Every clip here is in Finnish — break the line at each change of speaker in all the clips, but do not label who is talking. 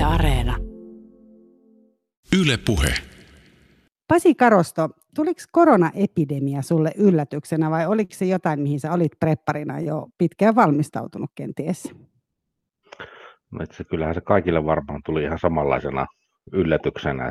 Areena.
Yle Puhe.
Pasi Karosto, tuliko koronaepidemia sulle yllätyksenä vai oliko se jotain, mihin sä olit prepparina jo pitkään valmistautunut kenties?
No itse kyllähän se kaikille varmaan tuli ihan samanlaisena yllätyksenä,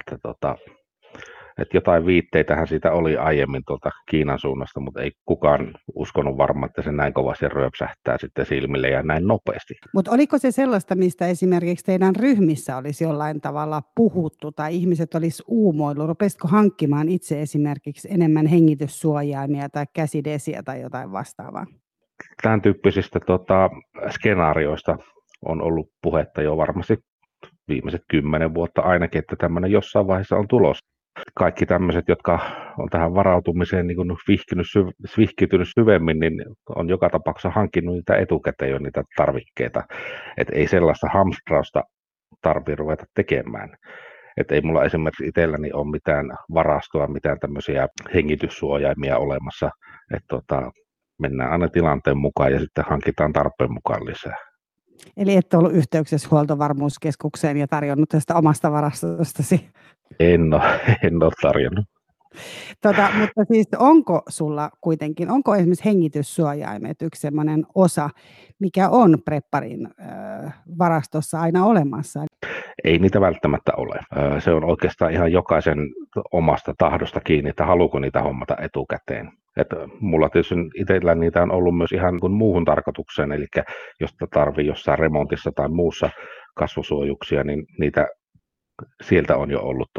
että jotain viitteitähän siitä oli aiemmin tuolta Kiinan suunnasta, mutta ei kukaan uskonut varmaan, että se näin kovasti ryöpsähtää sitten silmille ja näin nopeasti.
Mutta oliko se sellaista, mistä esimerkiksi teidän ryhmissä olisi jollain tavalla puhuttu tai ihmiset olisi uumoillut? Rupesitko hankkimaan itse esimerkiksi enemmän hengityssuojaimia tai käsidesiä tai jotain vastaavaa?
Tämän tyyppisistä skenaarioista on ollut puhetta jo varmasti viimeiset 10 vuotta ainakin, että tämmöinen jossain vaiheessa on tulossa. Kaikki tämmöiset, jotka on tähän varautumiseen niin kuin vihkiytynyt syvemmin, niin on joka tapauksessa hankkinut niitä etukäteen jo niitä tarvikkeita. Että ei sellaista hamstrausta tarvitse ruveta tekemään. Että ei mulla esimerkiksi itselläni ole mitään varastoa, mitään tämmöisiä hengityssuojaimia olemassa. Että mennään aina tilanteen mukaan ja sitten hankitaan tarpeen mukaan lisää.
Eli et ollut yhteyksissä huoltovarmuuskeskukseen ja tarjonnut tästä omasta varastostasi?
En ole tarjonnut.
Mutta siis onko sulla kuitenkin, onko esimerkiksi hengityssuojaimet yksi sellainen osa, mikä on prepparin varastossa aina olemassa?
Ei niitä välttämättä ole. Se on oikeastaan ihan jokaisen omasta tahdosta kiinni, että haluuko niitä hommata etukäteen. Että mulla tietysti itsellä niitä on ollut myös ihan kuin muuhun tarkoitukseen, eli jos tarvii jossain remontissa tai muussa kasvosuojuksia, niin niitä sieltä on jo ollut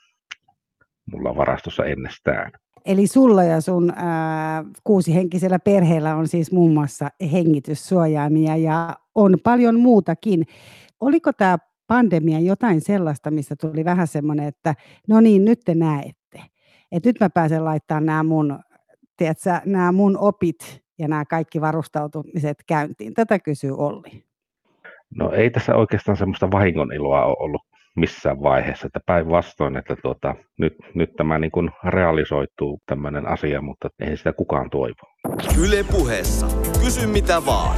mulla varastossa ennestään.
Eli sulla ja sun 6-henkisellä perheellä on siis muun muassa hengityssuojaimia ja on paljon muutakin. Oliko tämä pandemia jotain sellaista, mistä tuli vähän semmoinen, että no niin, nyt te näette. Että nyt mä pääsen laittamaan nämä mun opit ja nämä kaikki varustautumiset käyntiin. Tätä kysyy Olli.
No ei tässä oikeastaan semmoista vahingoniloa ole ollut missään vaiheessa, että päinvastoin, että nyt tämä niin kuin realisoituu tämmöinen asia, mutta eihän sitä kukaan toivo.
Yle Puheessa. Kysy mitä vaan.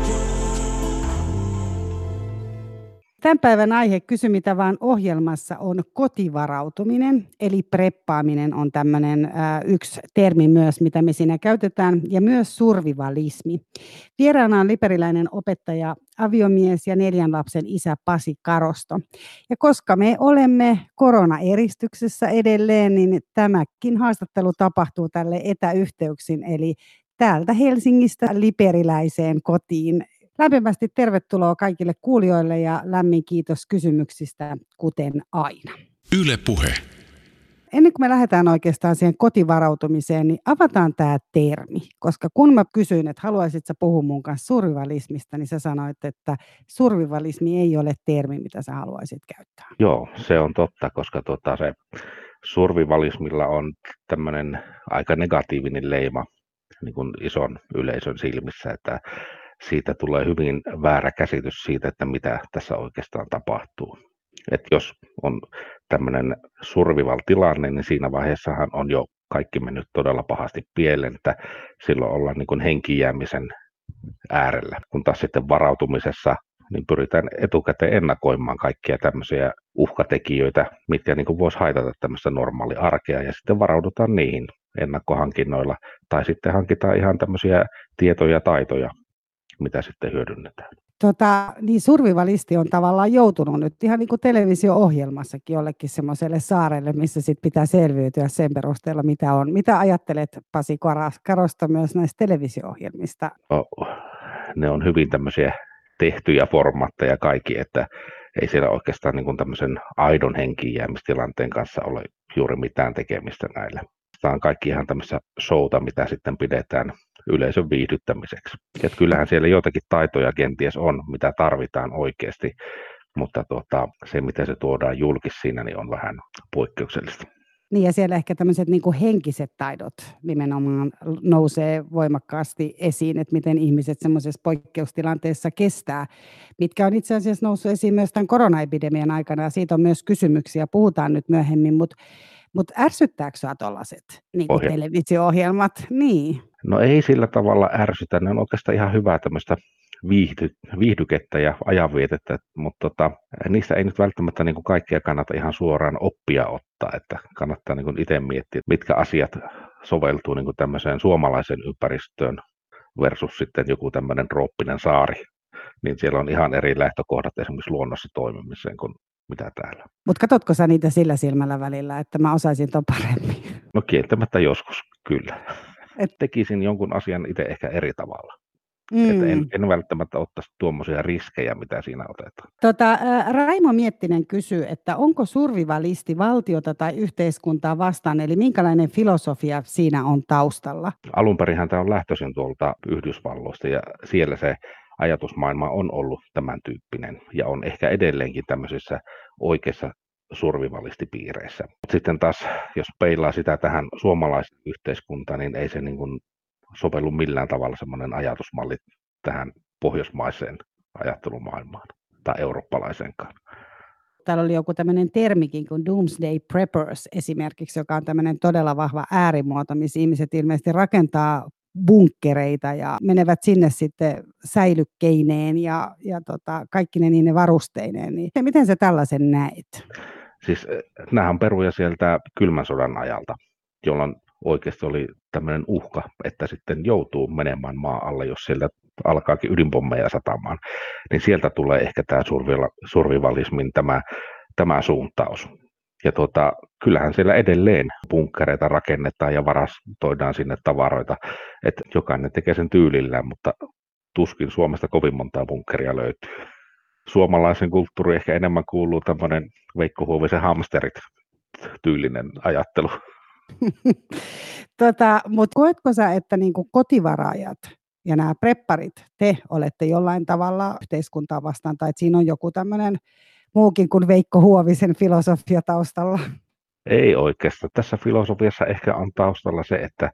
Tämän päivän aihe Kysy mitä vaan -ohjelmassa on kotivarautuminen, eli preppaaminen on tämmöinen yksi termi myös, mitä me siinä käytetään, ja myös survivalismi. Vieraana on liperiläinen opettaja, aviomies ja 4 lapsen isä Pasi Karosto. Ja koska me olemme koronaeristyksessä edelleen, niin tämäkin haastattelu tapahtuu tälle etäyhteyksin, eli täältä Helsingistä liperiläiseen kotiin. Lämpimästi tervetuloa kaikille kuulijoille ja lämmin kiitos kysymyksistä, kuten aina.
Yle Puhe.
Ennen kuin me lähdetään oikeastaan siihen kotivarautumiseen, niin avataan tämä termi. Koska kun mä kysyin, että haluaisitko puhua mun kanssa survivalismista, niin sä sanoit, että survivalismi ei ole termi, mitä sä haluaisit käyttää.
Joo, se on totta, koska se survivalismilla on tämmöinen aika negatiivinen leima niin kuin ison yleisön silmissä, että siitä tulee hyvin väärä käsitys siitä, että mitä tässä oikeastaan tapahtuu. Et jos on tämmöinen survival-tilanne, niin siinä vaiheessahan on jo kaikki mennyt todella pahasti pieleen, että silloin ollaan niin kuin henkijäämisen äärellä. Kun taas sitten varautumisessa niin pyritään etukäteen ennakoimaan kaikkia tämmöisiä uhkatekijöitä, mitkä niin kuin voisi haitata tämmöistä normaalia arkea, ja sitten varaudutaan niihin ennakkohankinnoilla, tai sitten hankitaan ihan tämmöisiä tietoja ja taitoja, mitä sitten hyödynnetään.
Niin survivalisti on tavallaan joutunut nyt ihan niin kuin televisio-ohjelmassakin jollekin semmoiselle saarelle, missä sit pitää selviytyä sen perusteella, mitä on. Mitä ajattelet, Pasi Karosto, myös näistä televisio-ohjelmista?
No, ne on hyvin tämmöisiä tehtyjä formaatteja kaikki, että ei siellä oikeastaan niin kuin tämmöisen aidon henkiinjäämistilanteen kanssa ole juuri mitään tekemistä näillä. Tämä on kaikki ihan tämmöistä showta, mitä sitten pidetään yleisön viihdyttämiseksi. Et kyllähän siellä joitakin taitoja kenties on, mitä tarvitaan oikeasti, mutta se, miten se tuodaan julkis siinä, niin on vähän poikkeuksellista.
Niin ja siellä ehkä tämmöiset niin kuin henkiset taidot nimenomaan nousee voimakkaasti esiin, että miten ihmiset semmoisessa poikkeustilanteessa kestää, mitkä on itse asiassa noussut esiin myös tämän koronaepidemian aikana, ja siitä on myös kysymyksiä, puhutaan nyt myöhemmin, mutta ärsyttääkö sinua tuollaiset niin televisio-ohjelmat? Niin.
No ei sillä tavalla ärsytä, ne on oikeastaan ihan hyvää tämmöistä viihdykettä ja ajanvietettä, mutta niistä ei nyt välttämättä niin kuin kaikkea kannata ihan suoraan oppia ottaa, että kannattaa niin kuin itse miettiä, mitkä asiat soveltuu niin kuin tämmöiseen suomalaiseen ympäristöön versus sitten joku tämmöinen trooppinen saari, niin siellä on ihan eri lähtökohdat esimerkiksi luonnossa toimimiseen kuin mitä täällä.
Mutta katsotko sä niitä sillä silmällä välillä, että mä osaisin ton paremmin?
No kieltämättä joskus, kyllä. Tekisin jonkun asian itse ehkä eri tavalla. Että en välttämättä ottaisi tuommoisia riskejä, mitä siinä otetaan.
Raimo Miettinen kysyy, että onko survivalisti valtiota tai yhteiskuntaa vastaan, eli minkälainen filosofia siinä on taustalla?
Alunperinhän tämä on lähtöisin tuolta Yhdysvalloista ja siellä se ajatusmaailma on ollut tämän tyyppinen ja on ehkä edelleenkin tämmöisissä oikeissa survivalistipiireissä. Sitten taas, jos peilaa sitä tähän suomalaiseen yhteiskuntaan, niin ei se niin kuin sovellu millään tavalla semmoinen ajatusmalli tähän pohjoismaiseen ajattelumaailmaan tai eurooppalaiseenkaan.
Täällä oli joku tämmöinen termikin kuin Doomsday Preppers esimerkiksi, joka on tämmöinen todella vahva äärimuoto, missä ihmiset ilmeisesti rakentaa bunkkereita ja menevät sinne sitten säilykkeineen ja kaikki ne niine varusteineen. Niin miten sä tällaisen näet?
Siis nämähän on peruja sieltä kylmän sodan ajalta, jolloin oikeasti oli tämmöinen uhka, että sitten joutuu menemään maan alle, jos sieltä alkaakin ydinpommeja satamaan. Niin sieltä tulee ehkä tämä survivalismin tämä suuntaus. Ja kyllähän siellä edelleen bunkkereita rakennetaan ja varastoidaan sinne tavaroita, että jokainen tekee sen tyylillään, mutta tuskin Suomesta kovin montaa bunkkeria löytyy. Suomalaisen kulttuuriin ehkä enemmän kuuluu tämmöinen Veikko Huovisen hamsterit tyylinen ajattelu.
Mutta koetko sä, että niinku kotivaraajat ja nämä prepparit, te olette jollain tavalla yhteiskuntaa vastaan, tai että siinä on joku tämmöinen muukin kuin Veikko Huovisen filosofia taustalla?
Ei oikeastaan. Tässä filosofiassa ehkä on taustalla se, että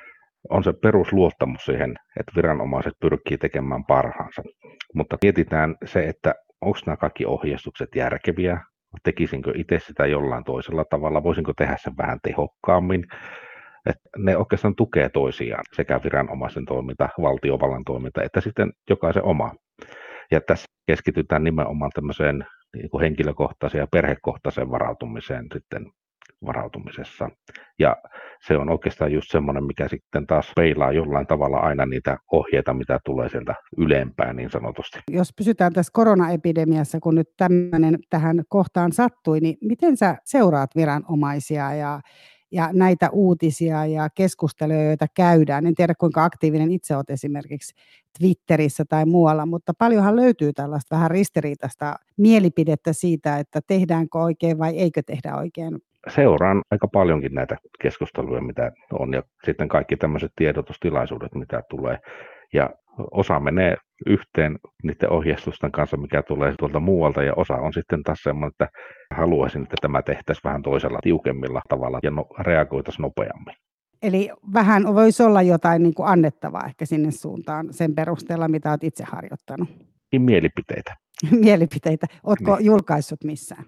on se perusluottamus siihen, että viranomaiset pyrkii tekemään parhaansa. Mutta mietitään se, että onko nämä kaikki ohjeistukset järkeviä, tekisinkö itse sitä jollain toisella tavalla, voisinko tehdä sen vähän tehokkaammin. Että ne oikeastaan tukee toisiaan, sekä viranomaisen toiminta, valtiovallan toiminta, että sitten jokaisen oma. Ja tässä keskitytään nimenomaan tämmöiseen niin kuin henkilökohtaiseen ja perhekohtaiseen varautumiseen sitten varautumisessa. Ja se on oikeastaan just semmoinen, mikä sitten taas peilaa jollain tavalla aina niitä ohjeita, mitä tulee sieltä ylempään niin sanotusti.
Jos pysytään tässä koronaepidemiassa, kun nyt tämmöinen tähän kohtaan sattui, niin miten sä seuraat viranomaisia ja näitä uutisia ja keskusteluja, joita käydään? En tiedä, kuinka aktiivinen itse olet esimerkiksi Twitterissä tai muualla, mutta paljonhan löytyy tällaista vähän ristiriitaista mielipidettä siitä, että tehdäänkö oikein vai eikö tehdä oikein.
Seuraan aika paljonkin näitä keskusteluja, mitä on, ja sitten kaikki tämmöiset tiedotustilaisuudet, mitä tulee. Ja osa menee yhteen niiden ohjeistusten kanssa, mikä tulee tuolta muualta, ja osa on sitten taas semmoinen, että haluaisin, että tämä tehtäisiin vähän toisella tiukemmilla tavalla ja reagoitaisiin nopeammin.
Eli vähän voisi olla jotain niin kuin annettavaa ehkä sinne suuntaan sen perusteella, mitä olet itse harjoittanut.
Mielipiteitä.
Mielipiteitä. Oletko julkaissut missään?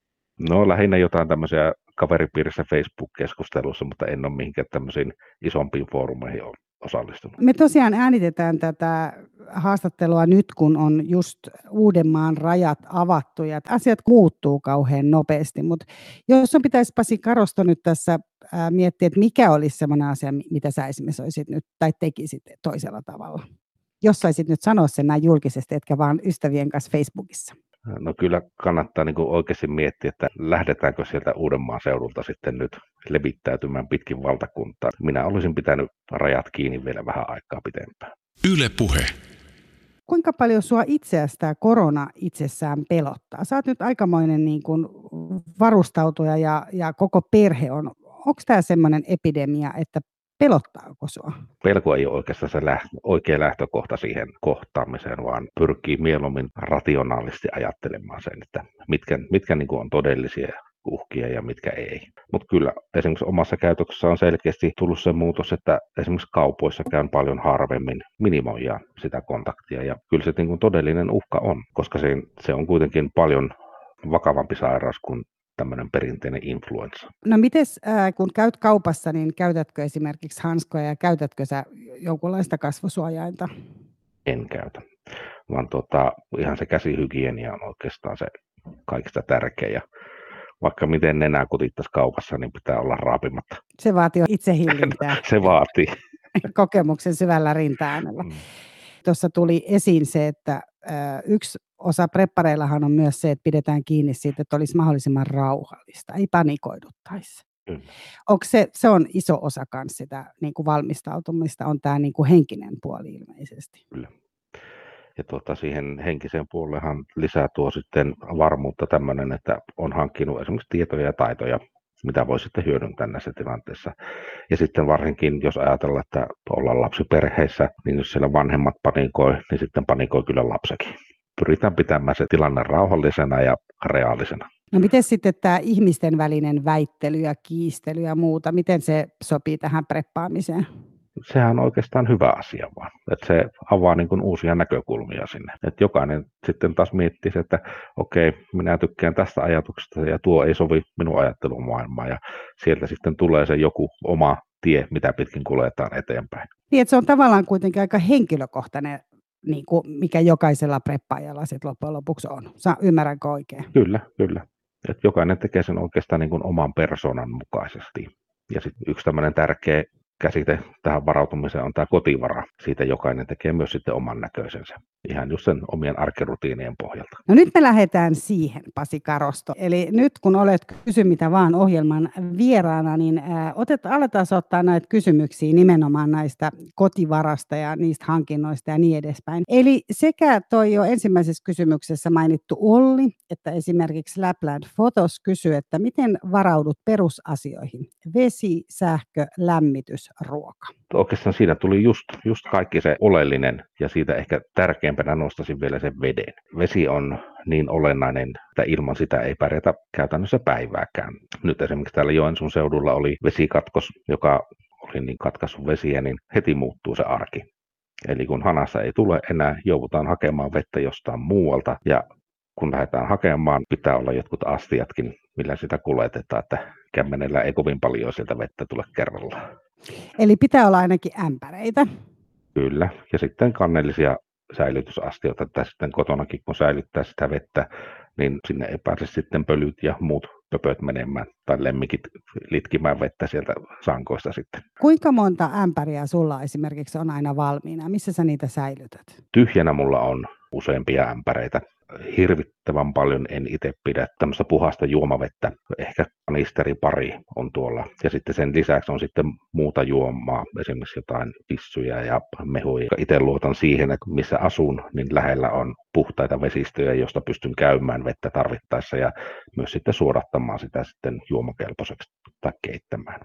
No lähinnä jotain tämmöisiä kaveripiirissä Facebook-keskustelussa, mutta en ole mihinkään tämmöisiin isompiin foorumeihin osallistunut.
Me tosiaan äänitetään tätä haastattelua nyt, kun on just Uudenmaan rajat avattu ja asiat muuttuu kauhean nopeasti. Mutta jos sun pitäisi Pasi Karosto nyt tässä miettiä, että mikä olisi sellainen asia, mitä sä esimerkiksi olisit nyt tai tekisit toisella tavalla. Jos saisit nyt sanoa sen näin julkisesti, etkä vaan ystävien kanssa Facebookissa.
No kyllä kannattaa niin kuin oikeasti miettiä, että lähdetäänkö sieltä Uudenmaan seudulta sitten nyt levittäytymään pitkin valtakuntaa. Minä olisin pitänyt rajat kiinni vielä vähän aikaa pitempään.
Yle Puhe.
Kuinka paljon sua itseäsi tämä korona itsessään pelottaa? Sä oot nyt aikamoinen niin kuin varustautuja ja koko perhe on. Onko tämä semmoinen epidemia, että pelottaako sua?
Pelko ei ole oikeastaan se oikea lähtökohta siihen kohtaamiseen, vaan pyrkii mieluummin rationaalisesti ajattelemaan sen, että mitkä niin kuin on todellisia uhkia ja mitkä ei. Mutta kyllä esimerkiksi omassa käytöksessä on selkeästi tullut se muutos, että esimerkiksi kaupoissa käyn paljon harvemmin, minimoidaan sitä kontaktia. Ja kyllä se niin kuin todellinen uhka on, koska se on kuitenkin paljon vakavampi sairaus kuin tämmöinen perinteinen influenssa.
No mites kun käyt kaupassa, niin käytätkö esimerkiksi hanskoja ja käytätkö sä jonkunlaista kasvosuojainta?
En käytä. vaan ihan se käsihygienia on oikeastaan se kaikista tärkein. Ja vaikka miten nenää kutittaisi kaupassa, niin pitää olla raapimatta.
Se vaatii itsehillintää.
Se vaatii.
Kokemuksen syvällä rinta-äänellä. Tuossa tuli esiin se, että yksi osa preppareillahan on myös se, että pidetään kiinni siitä, että olisi mahdollisimman rauhallista, ei panikoiduttaisi. Onko se on iso osa myös sitä niin kuin valmistautumista, on tämä niin kuin henkinen puoli ilmeisesti.
Kyllä. Ja siihen henkiseen puolellehan lisää tuo sitten varmuutta tämmöinen, että on hankkinut esimerkiksi tietoja ja taitoja, mitä voi sitten hyödyntää näissä tilanteissa. Ja sitten varsinkin, jos ajatellaan, että ollaan lapsiperheessä, niin jos siellä vanhemmat panikoi, niin sitten panikoi kyllä lapsekin. Pyritään pitämään se tilanne rauhallisena ja reaalisena.
No miten sitten tämä ihmisten välinen väittely ja kiistely ja muuta, miten se sopii tähän preppaamiseen?
Sehän on oikeastaan hyvä asia vaan, että se avaa niin kuin uusia näkökulmia sinne. Että jokainen sitten taas miettii, että okei, minä tykkään tästä ajatuksesta ja tuo ei sovi minun ajattelumaailmaan ja sieltä sitten tulee se joku oma tie, mitä pitkin kuljetaan eteenpäin.
Niin, että se on tavallaan kuitenkin aika henkilökohtainen, niin kuin mikä jokaisella preppaajalla sitten loppujen lopuksi on. Ymmärränkö oikein?
Kyllä. Että jokainen tekee sen oikeastaan niin kuin oman persoonan mukaisesti. Ja sitten yksi tämmöinen tärkeä käsite tähän varautumiseen on tämä kotivara. Siitä jokainen tekee myös sitten oman näköisensä, ihan just sen omien arkirutiinien pohjalta.
No nyt me lähdetään siihen, Pasi Karosto. Eli nyt kun olet Kysy mitä vaan -ohjelman vieraana, niin aletaan ottaa näitä kysymyksiä nimenomaan näistä kotivarasta ja niistä hankinnoista ja niin edespäin. Eli sekä toi jo ensimmäisessä kysymyksessä mainittu Olli, että esimerkiksi Lapland Photos kysyy, että miten varaudut perusasioihin? Vesi, sähkö, lämmitys, ruoka.
Oikeastaan siinä tuli just kaikki se oleellinen ja siitä ehkä tärkeimpänä nostaisin vielä sen veden. Vesi on niin olennainen, että ilman sitä ei pärjätä käytännössä päivääkään. Nyt esimerkiksi täällä Joensuun seudulla oli vesikatkos, joka oli niin katkaissut vesiä, niin heti muuttuu se arki. Eli kun hanassa ei tule enää, joudutaan hakemaan vettä jostain muualta ja kun lähdetään hakemaan, pitää olla jotkut astiatkin, millä sitä kuljetetaan, että kämmenellä ei kovin paljon sieltä vettä tule kerrallaan.
Eli pitää olla ainakin ämpäreitä.
Kyllä, ja sitten kannellisia säilytysastioita, että sitten kotonakin kun säilyttää sitä vettä, niin sinne ei pääse sitten pölyt ja muut pöpöt menemään tai lemmikit litkimään vettä sieltä sankoista sitten.
Kuinka monta ämpäriä sulla esimerkiksi on aina valmiina? Missä sä niitä säilytät?
Tyhjänä mulla on useampia ämpäreitä. Hirvittävän paljon en itse pidä tämmöistä puhasta juomavettä. Ehkä kanisteri pari on tuolla. Ja sitten sen lisäksi on sitten muuta juomaa, esimerkiksi jotain pissuja ja mehuja. Itse luotan siihen, että missä asun, niin lähellä on puhtaita vesistöjä, josta pystyn käymään vettä tarvittaessa ja myös sitten suodattamaan sitä sitten juomakelpoiseksi tai keittämään.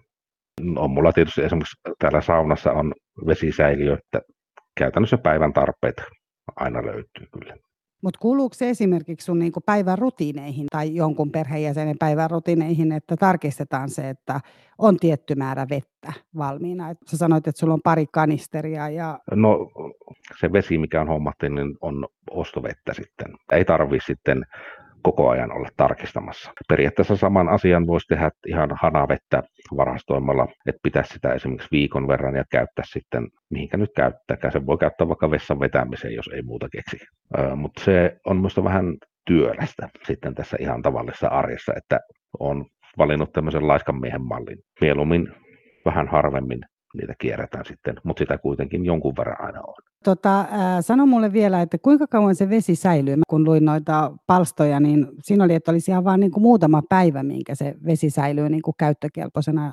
On mulla tietysti esimerkiksi täällä saunassa on vesisäiliö, että käytännössä päivän tarpeet aina löytyy kyllä.
Mutta kuuluuko se esimerkiksi sun niinku päivän rutiineihin tai jonkun perheenjäsenen päivän rutiineihin, että tarkistetaan se, että on tietty määrä vettä valmiina? Sä sanoit, että sulla on pari kanisteria.
No se vesi, mikä on hommattu, niin on ostovettä sitten. Ei tarvitse sitten koko ajan olla tarkistamassa. Periaatteessa saman asian voisi tehdä ihan hanavettä varastoimalla, että pitäisi sitä esimerkiksi viikon verran ja käyttää sitten, mihinkä nyt käyttääkään. Se voi käyttää vaikka vessan vetämiseen, jos ei muuta keksi. Mutta se on minusta vähän työlästä sitten tässä ihan tavallisessa arjessa, että olen valinnut tämmöisen laiskan miehen mallin. Mieluummin vähän harvemmin niitä kierretään sitten, mutta sitä kuitenkin jonkun verran aina on.
Sano mulle vielä, että kuinka kauan se vesi säilyy? Kun luin noita palstoja, niin siinä oli, että olisi ihan vaan niin kuin muutama päivä, minkä se vesi säilyy niin kuin käyttökelpoisena,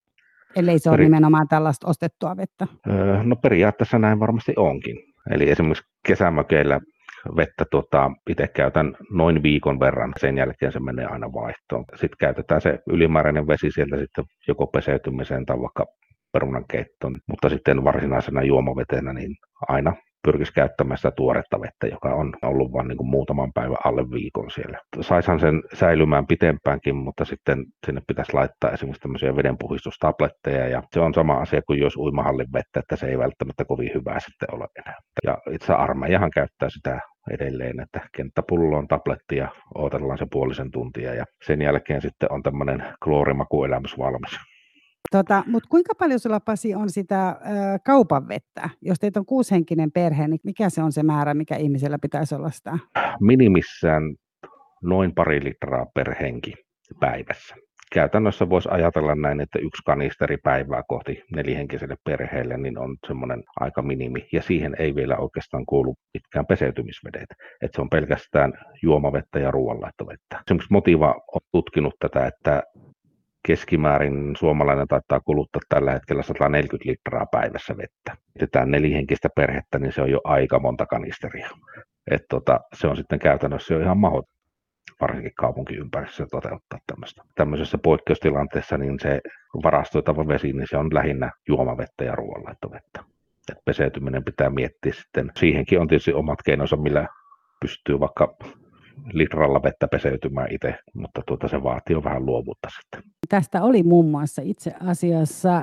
ellei se ole nimenomaan tällaista ostettua vettä.
No periaatteessa näin varmasti onkin. Eli esimerkiksi kesämökeillä vettä itse käytän noin viikon verran, sen jälkeen se menee aina vaihtoon. Sitten käytetään se ylimääräinen vesi sieltä sitten joko peseytymiseen tai vaikka perunan keittoon, mutta sitten varsinaisena juomavetenä niin aina pyrkisi käyttämään sitä tuoretta vettä, joka on ollut vain niin kuin muutaman päivän alle viikon siellä. Saishan sen säilymään pitempäänkin, mutta sitten sinne pitäisi laittaa esimerkiksi tämmöisiä vedenpuhdistustabletteja, ja se on sama asia kuin jos uimahallin vettä, että se ei välttämättä kovin hyvää sitten ole enää. Ja itse armeijahan käyttää sitä edelleen, että kenttäpulloon tabletti ja odotellaan se puolisen tuntia, ja sen jälkeen sitten on tämmöinen kloorimakuelämys valmis.
Mutta kuinka paljon sulla, Pasi, on sitä kaupan vettä? Jos teitä on 6-henkinen perhe, niin mikä se on se määrä, mikä ihmisellä pitäisi olla sitä?
Minimissään noin 2 litraa per henki päivässä. Käytännössä voisi ajatella näin, että 1 kanisteri päivää kohti 4-henkiselle perheelle niin on semmoinen aika minimi. Ja siihen ei vielä oikeastaan kuulu pitkään peseytymisvedet. Että se on pelkästään juomavettä ja ruoanlaittovettä. Esimerkiksi Motiva on tutkinut tätä, että keskimäärin suomalainen taitaa kuluttaa tällä hetkellä 140 litraa päivässä vettä. Tämä 4-henkistä perhettä, niin se on jo aika monta kanisteria. Se on sitten käytännössä jo ihan mahdotonta, varsinkin kaupunkiympäristössä toteuttaa tämmöistä. Tämmöisessä poikkeustilanteessa niin se varastoitava vesi, niin se on lähinnä juomavettä ja ruoanlaittovettä. Et peseytyminen pitää miettiä sitten. Siihenkin on tietysti omat keinonsa, millä pystyy vaikka litralla vettä peseytymään itse, mutta se vaatii jo vähän luovuutta sitten.
Tästä oli muun muassa itse asiassa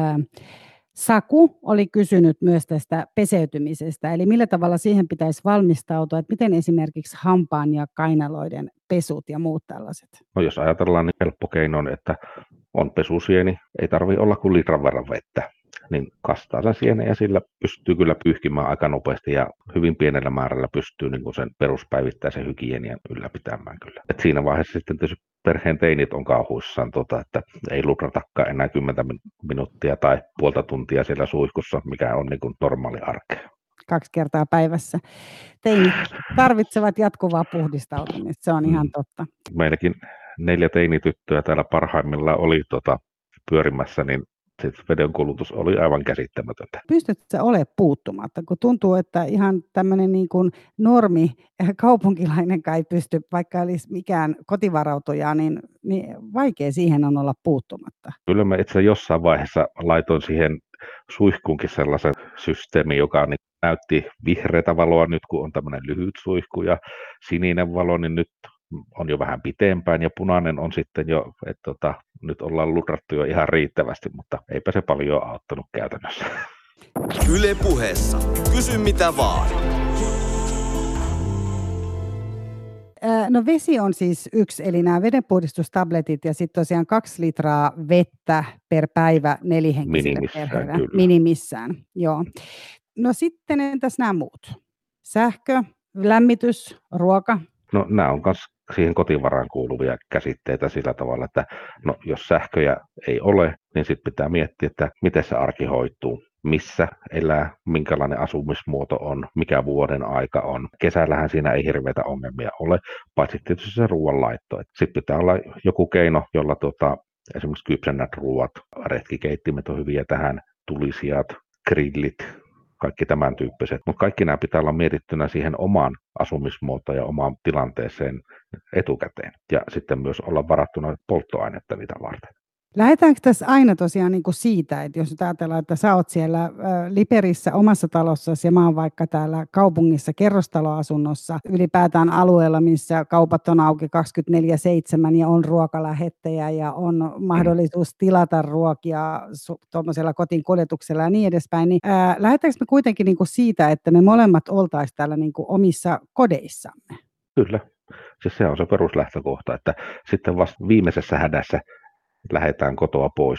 Saku oli kysynyt myös tästä peseytymisestä, eli millä tavalla siihen pitäisi valmistautua, että miten esimerkiksi hampaan ja kainaloiden pesut ja muut tällaiset?
No jos ajatellaan, niin helppo keino on, että on pesusieni, ei tarvitse olla kuin litran verran vettä, niin kastaa sen sienen ja sillä pystyy kyllä pyyhkimään aika nopeasti ja hyvin pienellä määrällä pystyy niin kuin sen peruspäivittäisen hygienian ylläpitämään kyllä. Et siinä vaiheessa sitten tietysti perheen teinit on kauhuissaan, että ei lutratakaan enää 10 minuuttia tai puolta tuntia siellä suihkussa, mikä on niin kuin normaali arkea.
2 kertaa päivässä. Teinit tarvitsevat jatkuvaa puhdistautumista, se on ihan totta.
Meilläkin 4 teinityttöä täällä parhaimmillaan oli pyörimässä, niin vedenkulutus oli aivan käsittämätöntä.
Pystytkö sä olemaan puuttumatta, kun tuntuu, että ihan tämmöinen niin kuin normi kaupunkilainen ei pysty, vaikka olisi mikään kotivarautuja, niin vaikea siihen on olla puuttumatta.
Kyllä mä itse jossain vaiheessa laitoin siihen suihkuunkin sellaisen systeemin, joka näytti vihreätä valoa nyt, kun on tämmöinen lyhyt suihku ja sininen valo, niin nyt on jo vähän pitempään ja punainen on sitten jo, että nyt ollaan lutrattu jo ihan riittävästi, mutta eipä se paljon auttanut käytännössä.
Yle Puheessa. Kysy mitä vaan.
No vesi on siis 1, eli nämä vedenpuhdistustabletit ja sitten tosiaan 2 litraa vettä per päivä 4-henkiselle perheelle. Minimissään, joo. No sitten entäs nämä muut? Sähkö, lämmitys, ruoka?
No nämä on myös siihen kotivaraan kuuluvia käsitteitä sillä tavalla, että no, jos sähköjä ei ole, niin sitten pitää miettiä, että miten se arki hoituu, missä elää, minkälainen asumismuoto on, mikä vuoden aika on. Kesällähän siinä ei hirveitä ongelmia ole, paitsi tietysti se ruoanlaitto. Sitten pitää olla joku keino, jolla esimerkiksi kypsennät ruoat, retkikeittimet on hyviä tähän, tulisijat, grillit, kaikki tämän tyyppiset. Mutta kaikki nämä pitää olla mietittynä siihen omaan asumismuotoon ja omaan tilanteeseen etukäteen. Ja sitten myös olla varattuna polttoainetta niitä varten.
Lähdetäänkö tässä aina tosiaan niin kuin siitä, että jos ajatellaan, että sä oot siellä Liperissä omassa talossasi ja mä oon vaikka täällä kaupungissa kerrostaloasunnossa, ylipäätään alueella, missä kaupat on auki 24/7 ja on ruokalähettejä ja on mahdollisuus tilata ruokia tuommoisella kotiin kuljetuksella ja niin edespäin, niin lähdetäänkö me kuitenkin niin kuin siitä, että me molemmat oltaisiin täällä niin kuin omissa kodeissamme?
Kyllä, siis se on se peruslähtökohta, että sitten vasta viimeisessä hädässä lähdetään kotoa pois.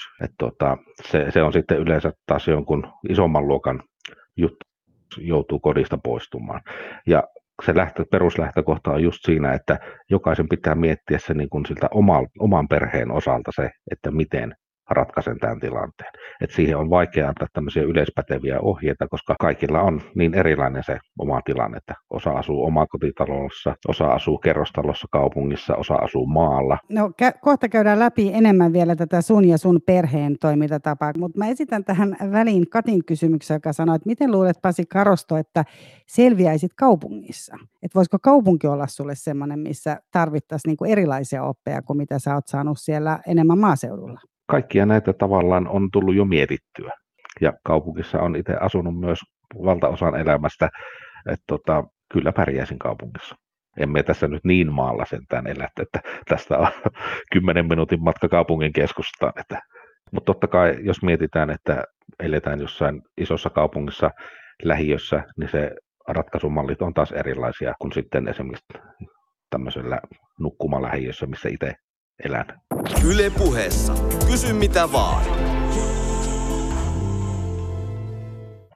Se on sitten yleensä taas jonkun isomman luokan juttu, joutuu kodista poistumaan. Ja se peruslähtökohta on just siinä, että jokaisen pitää miettiä se niin kuin siltä oman perheen osalta se, että miten ratkaisen tämän tilanteen. Et siihen on vaikea antaa tämmöisiä yleispäteviä ohjeita, koska kaikilla on niin erilainen se oma tilanne, että osa asuu omakotitalossa, osa asuu kerrostalossa kaupungissa, osa asuu maalla.
No kohta käydään läpi enemmän vielä tätä sun ja sun perheen toimintatapaa, mutta mä esitän tähän väliin Katin kysymyksen, joka sanoi, että miten luulet, Pasi Karosto, että selviäisit kaupungissa? Että voisiko kaupunki olla sulle semmoinen, missä tarvittaisiin niinku erilaisia oppeja kuin mitä sä oot saanut siellä enemmän maaseudulla?
Kaikkia näitä tavallaan on tullut jo mietittyä. Ja kaupungissa on itse asunut myös valtaosan elämästä, että kyllä pärjäisin kaupungissa. Emme tässä nyt niin maalla sentään elä, että tästä on 10 minuutin matka kaupungin keskustaan. Mutta totta kai, jos mietitään, että eletään jossain isossa kaupungissa lähiössä, niin se ratkaisumallit on taas erilaisia kuin sitten esimerkiksi tämmöisellä nukkumalähiössä, missä itse elän.
Yle Puheessa. Kysy mitä vaan.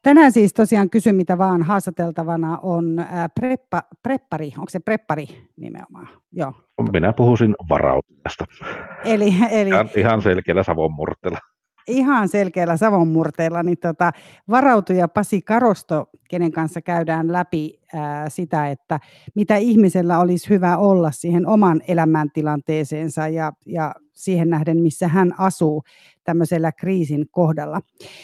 Tänään siis tosiaan Kysy mitä vaan haastateltavana on preppari, onko se preppari nimenomaan? Joo.
Minä puhuisin varautujasta.
Eli
Ihan selkeällä savonmurteella.
ihan selkeällä savonmurteella, niin varautuja Pasi Karosto, kenen kanssa käydään läpi sitä, että mitä ihmisellä olisi hyvä olla siihen oman elämäntilanteeseensa ja siihen nähden, missä hän asuu tämmöisellä kriisin kohdalla.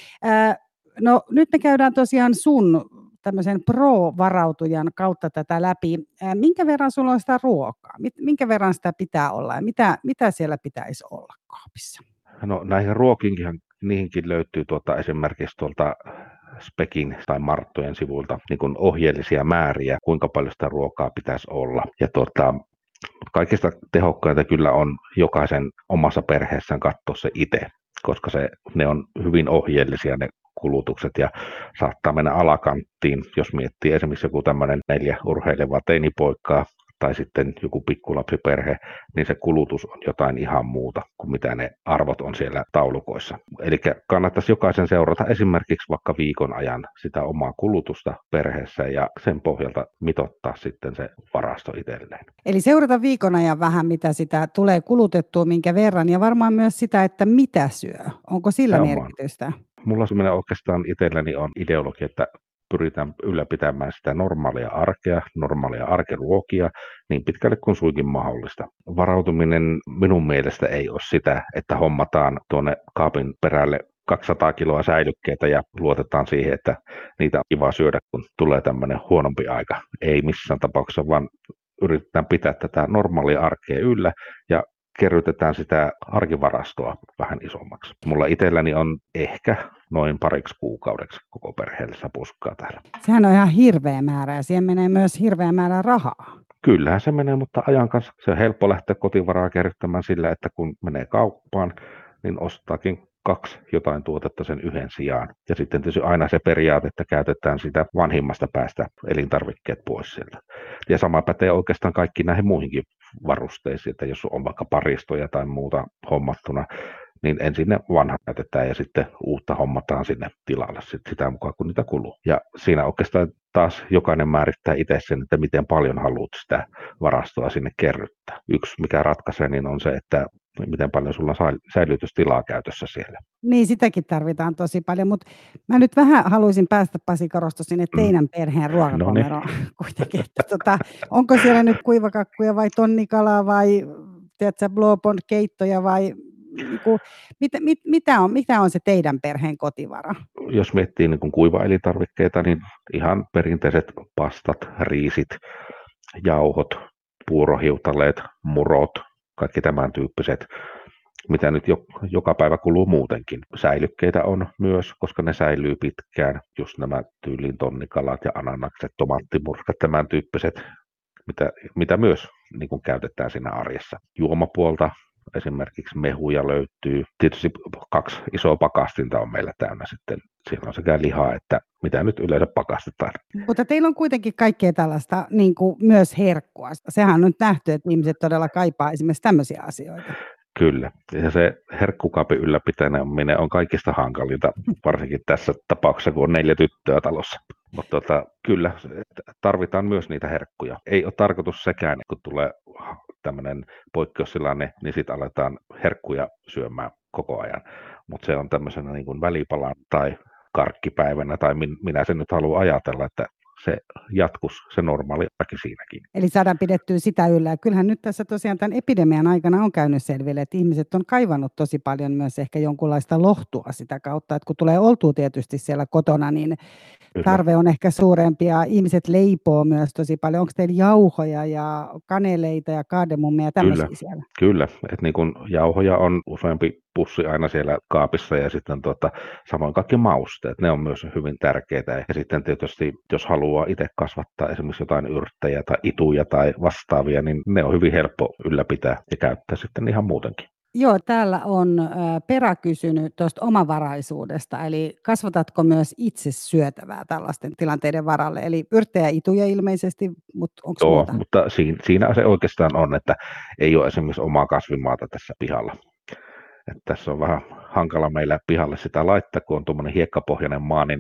No nyt me käydään tosiaan sun tämmöisen pro-varautujan kautta tätä läpi. Minkä verran sulla on sitä ruokaa? Minkä verran sitä pitää olla ja mitä siellä pitäisi olla kaapissa?
No näihin ruokiinkin, niihinkin löytyy esimerkiksi tuolta Spekin tai Marttojen sivuilta niin kuin ohjeellisia määriä, kuinka paljon sitä ruokaa pitäisi olla. Ja kaikista tehokkaita kyllä on jokaisen omassa perheessään katsoa se itse, koska ne on hyvin ohjeellisia ne kulutukset ja saattaa mennä alakanttiin, jos miettii esimerkiksi joku tämmöinen 4 urheilevaa teinipoikaa tai sitten joku pikkulapsiperhe, niin se kulutus on jotain ihan muuta kuin mitä ne arvot on siellä taulukoissa. Eli kannattaisi jokaisen seurata esimerkiksi vaikka viikon ajan sitä omaa kulutusta perheessä ja sen pohjalta mitoittaa sitten se varasto itselleen.
Eli seurata viikon ajan vähän, mitä sitä tulee kulutettua, minkä verran, ja varmaan myös sitä, että mitä syö. Onko sillä merkitystä?
Mulla semmoinen oikeastaan itselläni on ideologia, että pyritään ylläpitämään sitä normaalia arkea, normaalia arkiruokia niin pitkälle kuin suinkin mahdollista. Varautuminen minun mielestä ei ole sitä, että hommataan tuonne kaapin perälle 200 kiloa säilykkeitä ja luotetaan siihen, että niitä on kiva syödä, kun tulee tämmöinen huonompi aika. Ei missään tapauksessa, vaan yritetään pitää tätä normaalia arkea yllä ja kerrytetään sitä arkivarastoa vähän isommaksi. Mulla itselläni on ehkä noin 2 kuukaudeksi koko perheelle sapuskaa täällä.
Sehän on ihan hirveä määrä ja siihen menee myös hirveä määrä rahaa.
Kyllähän se menee, mutta ajan kanssa se on helppo lähteä kotivaraa kerryttämään sillä, että kun menee kauppaan, niin ostaakin 2 jotain tuotetta sen yhden sijaan. Ja sitten tietysti aina se periaate, että käytetään sitä vanhimmasta päästä elintarvikkeet pois sieltä. Ja sama pätee oikeastaan kaikki näihin muihinkin varusteisiin, että jos on vaikka paristoja tai muuta hommattuna, niin ensin ne vanhat käytetään ja sitten uutta hommataan sinne tilalle sitä mukaan, kun niitä kuluu. Ja siinä oikeastaan taas jokainen määrittää itse sen, että miten paljon haluat sitä varastoa sinne kerryttää. Yksi, mikä ratkaisee, niin on se, että miten paljon sulla on säilytystilaa käytössä siellä.
Niin, sitäkin tarvitaan tosi paljon, mutta mä nyt vähän haluaisin päästä, Pasi Karosto, sinne teidän perheen ruokakomeroon kuitenkin. Että onko siellä nyt kuivakakkuja vai tonnikalaa vai blowpond keittoja vai mitä on se teidän perheen kotivara?
Jos miettii niin kuin kuivaelintarvikkeita, niin ihan perinteiset pastat, riisit, jauhot, puurohiutaleet, murot, kaikki tämän tyyppiset, mitä nyt joka päivä kuluu muutenkin. Säilykkeitä on myös, koska ne säilyy pitkään, just nämä tyyliin tonnikalat ja ananakset, tomaattimurkat, tämän tyyppiset, mitä myös niin kuin käytetään siinä arjessa. Juomapuolta esimerkiksi mehuja löytyy. Tietysti 2 isoa pakastinta on meillä täynnä sitten. Siellä on sekä lihaa että mitä nyt yleensä pakastetaan.
Mutta teillä on kuitenkin kaikkea tällaista niin kuin myös herkkua. Sehän on nyt nähty, että ihmiset todella kaipaa esimerkiksi tämmöisiä asioita.
Kyllä. Ja se herkkukaapin ylläpitäminen on kaikista hankalinta, varsinkin tässä tapauksessa, kun on 4 tyttöä talossa. Mutta kyllä, tarvitaan myös niitä herkkuja. Ei ole tarkoitus sekään, kun tulee tämmöinen poikkeustilanne, niin sitten aletaan herkkuja syömään koko ajan. Mutta se on tämmöisenä niin kuin välipalan tai karkkipäivänä, tai minä sen nyt haluan ajatella, että se jatkuisi se normaali arki siinäkin.
Eli saadaan pidettyä sitä yllä. Ja kyllähän nyt tässä tosiaan tämän epidemian aikana on käynyt selville, että ihmiset on kaivannut tosi paljon myös ehkä jonkunlaista lohtua sitä kautta, että kun tulee oltua tietysti siellä kotona, niin tarve on ehkä suurempi ja ihmiset leipoo myös tosi paljon. Onko teillä jauhoja ja kaneleita ja kardemummeja ja tämmöisiä siellä?
Kyllä, että niin kun jauhoja on useampi pussi aina siellä kaapissa ja sitten samoin kaikki mausteet, ne on myös hyvin tärkeitä. Ja sitten tietysti, jos haluaa itse kasvattaa esimerkiksi jotain yrttejä tai ituja tai vastaavia, niin ne on hyvin helppo ylläpitää ja käyttää sitten ihan muutenkin.
Joo, täällä on Perä kysynyt tuosta omavaraisuudesta, eli kasvatatko myös itse syötävää tällaisten tilanteiden varalle? Eli yrttejä ituja ilmeisesti, mutta onko muuta?
Mutta siinä se oikeastaan on, että ei ole esimerkiksi omaa kasvimaata tässä pihalla. Että tässä on vähän hankala meillä pihalle sitä laittaa, kun on tuommoinen hiekkapohjainen maa, niin se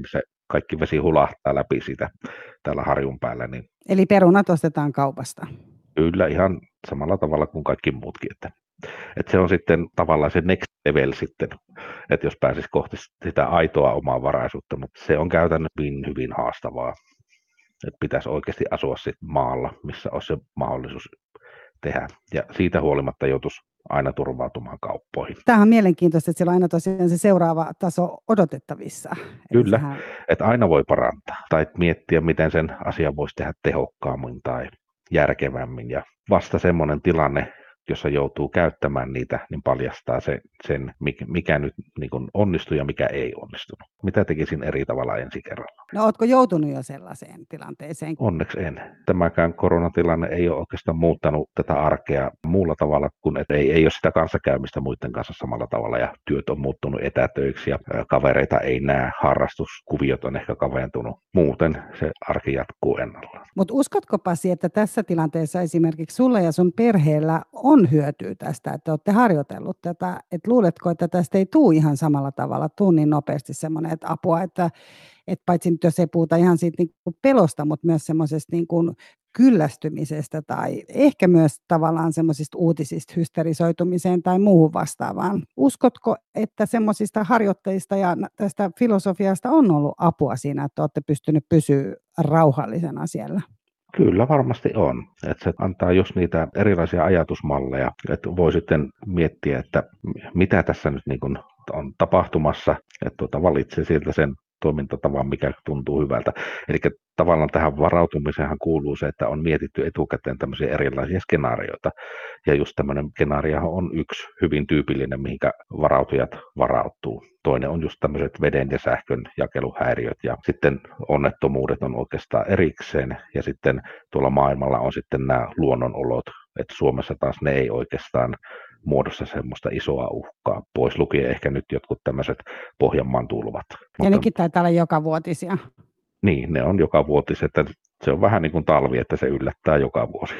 kaikki vesi hulahtaa läpi siitä täällä harjun päällä, niin
Eli perunat ostetaan kaupasta.
kyllä ihan samalla tavalla kuin kaikki muutkin. Että se on sitten tavallaan se next level sitten, että jos pääsisi kohti sitä aitoa omavaraisuutta, mutta se on käytännössä hyvin, hyvin haastavaa. Että pitäisi oikeasti asua sitten maalla, missä olisi se mahdollisuus tehdä. Ja siitä huolimatta joutuisi aina turvautumaan kauppoihin.
Tämähän on mielenkiintoista, että siellä on aina tosiaan se seuraava taso odotettavissa. Eli
Kyllä,
sehän-
että aina voi parantaa tai miettiä, miten sen asian voisi tehdä tehokkaammin tai järkevämmin. Ja vasta semmoinen tilanne, jossa joutuu käyttämään niitä, niin paljastaa sen mikä nyt niin kuin onnistui ja mikä ei onnistunut. Mitä tekisin eri tavalla ensi kerralla?
No ootko joutunut jo sellaiseen tilanteeseen?
Onneksi en. Tämäkään koronatilanne ei ole oikeastaan muuttanut tätä arkea muulla tavalla kuin, että ei ole sitä kanssakäymistä muiden kanssa samalla tavalla ja työt on muuttunut etätöiksi ja kavereita ei näe, harrastuskuviot on ehkä kaventunut. Muuten se arki jatkuu ennallaan.
Mutta uskotko Pasi, että tässä tilanteessa esimerkiksi sulla ja sun perheellä on hyötyä tästä, että olette harjoitellut tätä, että luuletko, että tästä ei tule ihan samalla tavalla, tule niin nopeasti semmoinen että apua, että paitsi nyt jos ei puhuta ihan siitä niin kuin pelosta, mutta myös semmoisesta niin kuin kyllästymisestä tai ehkä myös tavallaan semmoisista uutisista hysterisoitumiseen tai muuhun vastaavaan. Uskotko, että semmoisista harjoitteista ja tästä filosofiasta on ollut apua siinä, että olette pystyneet pysyä rauhallisena siellä?
Kyllä varmasti on. Että se antaa just niitä erilaisia ajatusmalleja, että voi sitten miettiä, että mitä tässä nyt niin kuin on tapahtumassa, että valitsee sieltä sen toimintatavan, mikä tuntuu hyvältä. Eli tavallaan tähän varautumiseenhan kuuluu se, että on mietitty etukäteen tämmöisiä erilaisia skenaarioita. Ja just tämmöinen skenaariohan on yksi hyvin tyypillinen, mihinkä varautujat varautuu. Toinen on just tämmöiset veden ja sähkön jakeluhäiriöt ja sitten onnettomuudet on oikeastaan erikseen. Ja sitten tuolla maailmalla on sitten nämä luonnonolot, että Suomessa taas ne ei oikeastaan muodossa semmoista isoa uhkaa, pois lukien ehkä nyt jotkut tämmöiset Pohjanmaan tulvat.
Ja nekin taitaa olla jokavuotisia.
Niin, ne on jokavuotiset, että se on vähän niin kuin talvi, että se yllättää joka vuosi.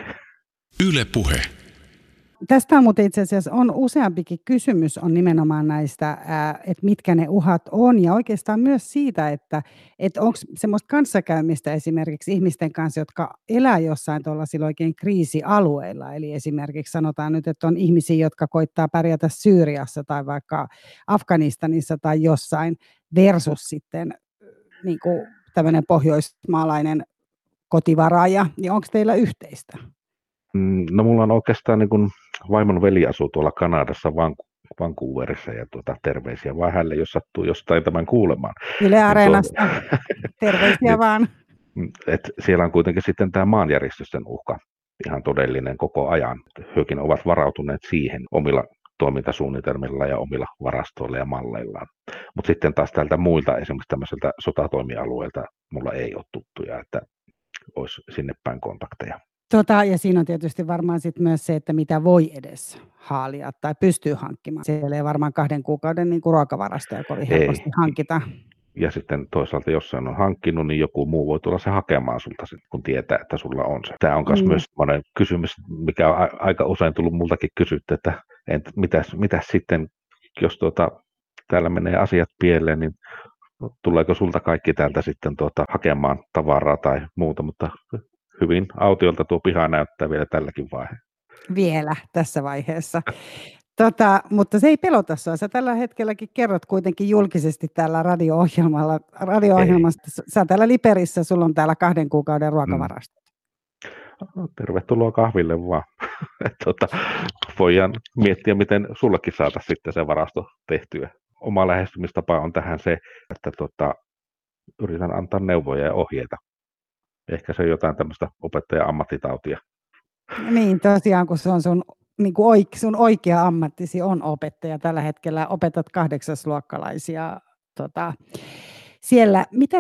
Yle Puhe.
Tästä on muuten itse asiassa on useampikin kysymys on nimenomaan näistä, että mitkä ne uhat on ja oikeastaan myös siitä, että onko semmoista kanssakäymistä esimerkiksi ihmisten kanssa, jotka elää jossain tuollaisilla oikein kriisialueilla. Eli esimerkiksi sanotaan nyt, että on ihmisiä, jotka koittaa pärjätä Syyriassa tai vaikka Afganistanissa tai jossain versus sitten niin kuin tämmöinen pohjoismaalainen kotivaraaja. Niin onko teillä yhteistä?
No mulla on oikeastaan niin kuin vaimon veli asuu tuolla Kanadassa Vancouverissa ja terveisiä vaan hänelle, jos sattuu jostain tämän kuulemaan.
Yle Areenasta. Terveisiä vaan.
Et siellä on kuitenkin sitten tämä maanjäristysten uhka ihan todellinen koko ajan. Hekin ovat varautuneet siihen omilla toimintasuunnitelmilla ja omilla varastoilla ja malleillaan. Mutta sitten taas tältä muilta esimerkiksi tämmöiseltä sotatoimialueelta mulla ei ole tuttuja, että olisi sinne päin kontakteja.
Ja siinä on tietysti varmaan sit myös se, että mitä voi edes haalia tai pystyy hankkimaan. Siellä ei varmaan 2 kuukauden niin kuin ruokavarastoja kovin helposti hankita.
Ja sitten toisaalta, jos sen on hankkinut, niin joku muu voi tulla se hakemaan sulta, kun tietää, että sulla on se. Tämä on myös sellainen kysymys, mikä on aika usein tullut multakin kysytty, että mitäs sitten, jos täällä menee asiat pieleen, niin tuleeko sulta kaikki täältä sitten hakemaan tavaraa tai muuta, mutta hyvin autiolta tuo piha näyttää vielä tälläkin vaiheella.
Vielä tässä vaiheessa. Mutta se ei pelota sinua. Sä tällä hetkelläkin kerrot kuitenkin julkisesti täällä radio-ohjelmasta. Sä täällä Liperissä, sulla on täällä 2 kuukauden ruokavarasto.
Tervetuloa kahville vaan. Voidaan miettiä, miten sullekin saataisiin sitten se varasto tehtyä. Oma lähestymistapa on tähän se, että yritän antaa neuvoja ja ohjeita. Ehkä se on jotain tämmöistä opettajan ammattitautia. Niin,
tosiaan, kun se on sun oikea ammattisi on opettaja. Tällä hetkellä opetat 8-luokkalaisia siellä. Mitä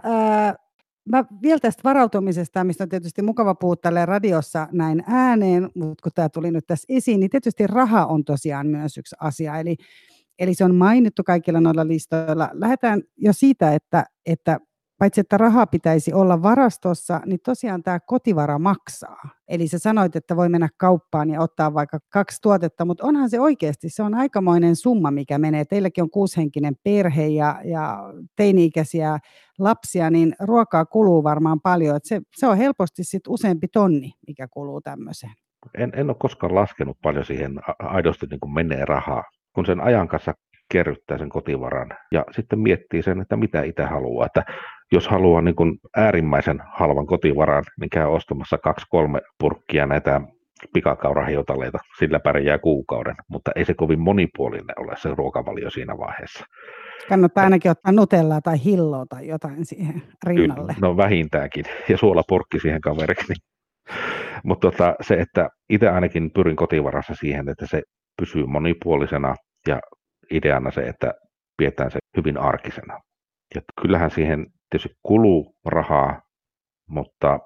mä vielä tästä varautumisesta, mistä on tietysti mukava puhua tälle radiossa näin ääneen, mutta kun tämä tuli nyt tässä esiin, niin tietysti raha on tosiaan myös yksi asia. Eli se on mainittu kaikilla noilla listoilla. Lähdetään jo siitä, että paitsi että rahaa pitäisi olla varastossa, niin tosiaan tämä kotivara maksaa. Eli sä sanoit, että voi mennä kauppaan ja ottaa vaikka 2 tuotetta, mutta onhan se oikeasti, se on aikamoinen summa, mikä menee. Teilläkin on 6-henkinen perhe ja teini-ikäisiä lapsia, niin ruokaa kuluu varmaan paljon. Että se on helposti sit useampi tonni, mikä kuluu tämmöiseen.
En ole koskaan laskenut paljon siihen aidosti niin kuin menee rahaa, kun sen ajan kanssa kerryttää sen kotivaran ja sitten miettii sen, että mitä itse haluaa. Että jos haluaa niin kuin äärimmäisen halvan kotivaran, niin käy ostamassa 2-3 purkkia näitä pikakaurahiotaleita, sillä pärjää kuukauden, mutta ei se kovin monipuolinen ole se ruokavalio siinä vaiheessa.
Kannattaa ainakin ottaa nutellaa tai hilloa tai jotain siihen rinnalle.
Kyllä, no vähintäänkin, ja suolapurkki siihen kaveriksi. Mutta se, että itse ainakin pyrin kotivarassa siihen, että se pysyy monipuolisena ja ideana se, että pidetään se hyvin arkisena. Ja kyllähän siihen tietysti kuluu rahaa, mutta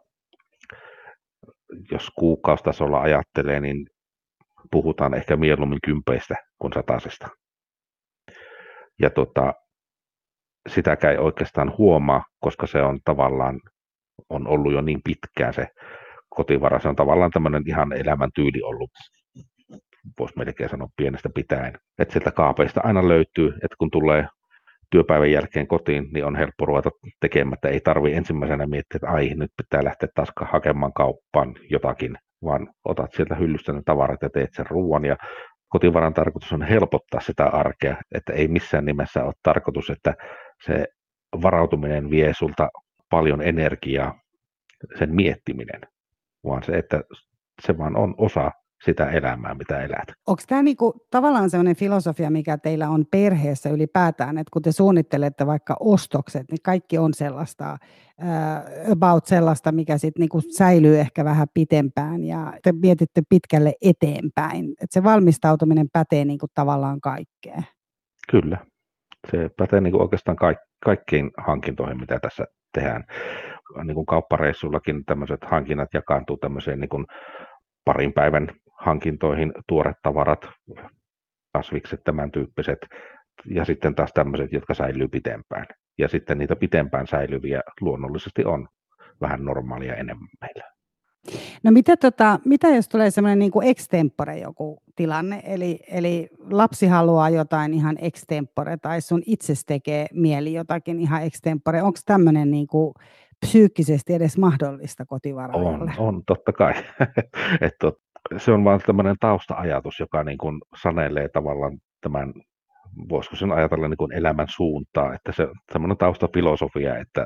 jos kuukausitasolla ajattelee, niin puhutaan ehkä mieluummin 10 kuin 100. Ja sitäkään ei oikeastaan huomaa, koska se on tavallaan on ollut jo niin pitkään se kotivara. Se on tavallaan tämmöinen ihan elämäntyyli ollut, voisi melkein sanoa pienestä pitäen. Että sieltä kaapeista aina löytyy, että kun tulee työpäivän jälkeen kotiin, niin on helppo ruveta tekemättä. Ei tarvitse ensimmäisenä miettiä, että ai nyt pitää lähteä taas hakemaan kauppaan jotakin, vaan otat sieltä hyllystä ne tavarat ja teet sen ruoan. Ja kotivaran tarkoitus on helpottaa sitä arkea, että ei missään nimessä ole tarkoitus, että se varautuminen vie sulta paljon energiaa, sen miettiminen, vaan se, että se vaan on osa sitä elämää, mitä elät.
Onko tämä niinku tavallaan sellainen filosofia, mikä teillä on perheessä ylipäätään, että kun te suunnittelette vaikka ostokset, niin kaikki on sellaista, about sellaista, mikä sitten niinku säilyy ehkä vähän pitempään ja te mietitte pitkälle eteenpäin, että se valmistautuminen pätee niinku tavallaan kaikkeen.
Kyllä, se pätee niinku oikeastaan kaikkiin hankintoihin, mitä tässä tehdään. Niin kuin kauppareissullakin tämmöiset hankinnat jakaantuu tämmöiseen niin kuin parin päivän hankintoihin, tuoret tavarat, kasvikset, tämän tyyppiset, ja sitten taas tämmöiset, jotka säilyy pitempään. Ja sitten niitä pitempään säilyviä luonnollisesti on vähän normaalia enemmän meillä.
No mitä jos tulee semmoinen niin kuin extempore joku tilanne, eli lapsi haluaa jotain ihan extempore tai sun itses tekee mieli jotakin ihan extempore. Onko tämmöinen niin kuin psyykkisesti edes mahdollista kotivarajalle?
On totta kai. Se on vaan tämmöinen tausta-ajatus, joka niin kuin sanelee tavallaan tämän, voisiko sen ajatella niin kuin elämän suuntaa, että se semmoinen taustafilosofia, että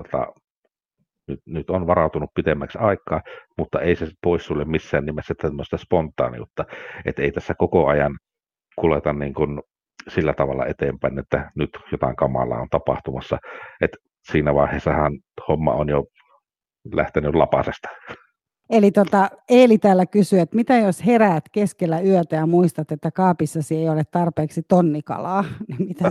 nyt on varautunut pitemmäksi aikaa, mutta ei se pois sulle missään nimessä tämmöistä spontaaniutta, että ei tässä koko ajan kuljeta niin kuin sillä tavalla eteenpäin, että nyt jotain kamalaa on tapahtumassa, että siinä vaiheessahan homma on jo lähtenyt lapasesta.
Eli Eeli täällä kysyy, että mitä jos heräät keskellä yötä ja muistat, että kaapissasi ei ole tarpeeksi tonnikalaa, niin mitä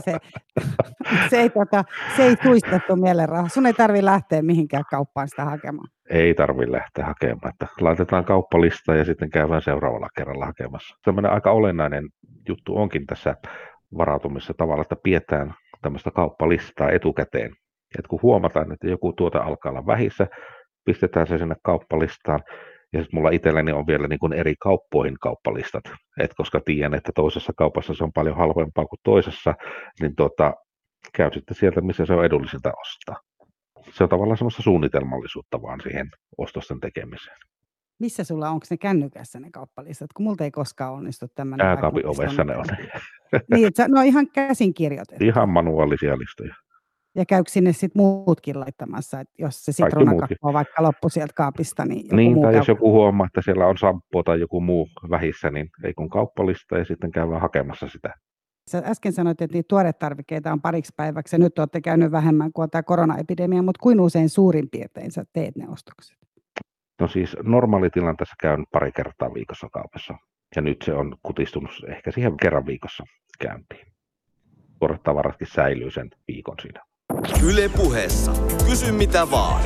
se ei tuistettu mielenrahaa. Sun ei tarvitse lähteä mihinkään kauppaan sitä hakemaan.
Ei tarvitse lähteä hakemaan, että laitetaan kauppalistaan ja sitten käydään seuraavalla kerralla hakemassa. Tämmöinen aika olennainen juttu onkin tässä varautumisessa tavalla, että pidetään tämmöistä kauppalistaa etukäteen. Et kun huomataan, että joku tuote alkaa olla vähissä, pistetään se sinne kauppalistaan. Ja sitten mulla itselläni on vielä niin kuin eri kauppoihin kauppalistat. Koska tiedän, että toisessa kaupassa se on paljon halvempaa kuin toisessa, niin käy sitten sieltä, missä se on edullisinta ostaa. Se on tavallaan semmoista suunnitelmallisuutta vaan siihen ostosten tekemiseen.
Missä sulla onko ne kännykässä ne kauppalistat? Kun multa ei koskaan onnistu tämmöinen.
Jääkaapin ovessa ne on.
Niin, että ne on ihan käsin kirjoitettu.
Ihan manuaalisia listoja.
Ja käykö sinne sitten muutkin laittamassa, että jos se sitruunakakku on vaikka loppu sieltä kaapista, niin joku
niin,
muu
tai
käy.
jos joku huomaa, että siellä on samppua tai joku muu vähissä, niin ei kun kauppalista ja sitten käydään hakemassa sitä.
Sä äsken sanoit, että niitä tuoretarvikkeita on pariksi päiväksi ja nyt olette käynyt vähemmän kuin on tämä koronaepidemia, mutta kuinka usein suurin piirtein sä teet ne ostokset?
No siis normaalitilanteessa käyn pari kertaa viikossa kaupassa ja nyt se on kutistunut ehkä siihen kerran viikossa käyntiin. Tuoret tavaratkin säilyy sen viikon siinä.
Yle Puheessa. Kysy mitä vaan.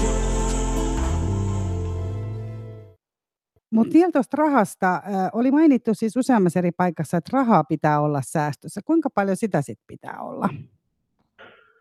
Mutta vielä tuosta rahasta oli mainittu siis useammassa eri paikassa, että rahaa pitää olla säästössä. Kuinka paljon sitä sitten pitää olla?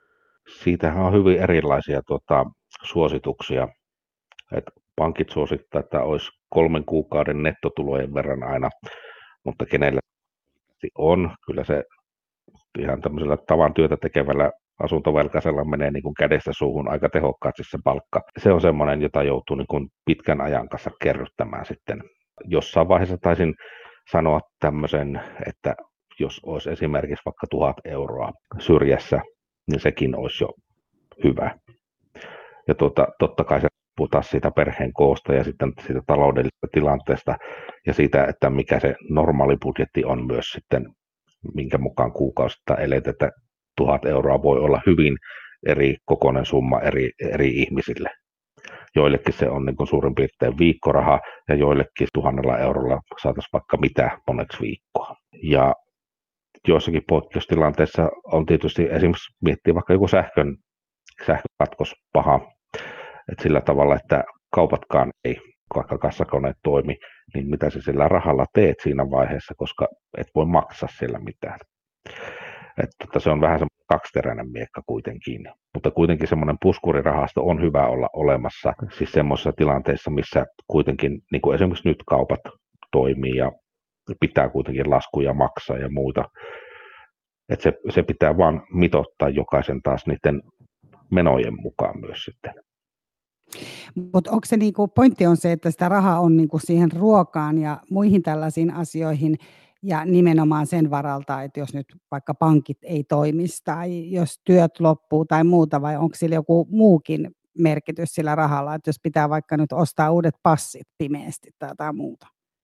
Siitähän on hyvin erilaisia suosituksia. Et pankit suosittaa, että olisi 3 kuukauden nettotulojen verran aina, mutta kenellä on, kyllä se ihan tämmöisellä tavan työtä tekevällä asuntovelkaisella menee niin kuin kädestä suuhun aika tehokkaasti se palkka. Se on semmoinen, jota joutuu niin kuin pitkän ajan kanssa kerryttämään sitten. Jossain vaiheessa taisin sanoa tämmöisen, että jos olisi esimerkiksi vaikka 1 000 euroa syrjässä, niin sekin olisi jo hyvä. Ja totta kai se puhutaan siitä perheen koosta ja sitten siitä taloudellisesta tilanteesta ja siitä, että mikä se normaali budjetti on myös sitten, minkä mukaan kuukausista eletään, että 1 000 euroa voi olla hyvin eri kokoinen summa eri ihmisille. Joillekin se on niin kuin suurin piirtein viikkoraha ja joillekin 1 000 eurolla saataisiin vaikka mitä moneksi viikkoa. Ja joissakin poikkeustilanteissa on tietysti esimerkiksi miettiä vaikka joku sähkökatkos paha, että sillä tavalla, että kaupatkaan ei, vaikka kassakoneet toimi, niin mitä sä sillä rahalla teet siinä vaiheessa, koska et voi maksaa sillä mitään. Että se on vähän semmoinen kaksiteräinen miekka kuitenkin, mutta kuitenkin semmoinen puskurirahasto on hyvä olla olemassa, siis semmoisessa tilanteessa, missä kuitenkin, niin kuin esimerkiksi nyt kaupat toimii ja pitää kuitenkin laskuja maksaa ja muuta, että se pitää vaan mitoittaa jokaisen taas niiden menojen mukaan myös sitten.
Mutta onko se pointti on se, että sitä rahaa on siihen ruokaan ja muihin tällaisiin asioihin ja nimenomaan sen varalta, että jos nyt vaikka pankit ei toimisi tai jos työt loppuu tai muuta, vai onko sillä joku muukin merkitys sillä rahalla, että jos pitää vaikka nyt ostaa uudet passit pimeästi tai jotain muuta?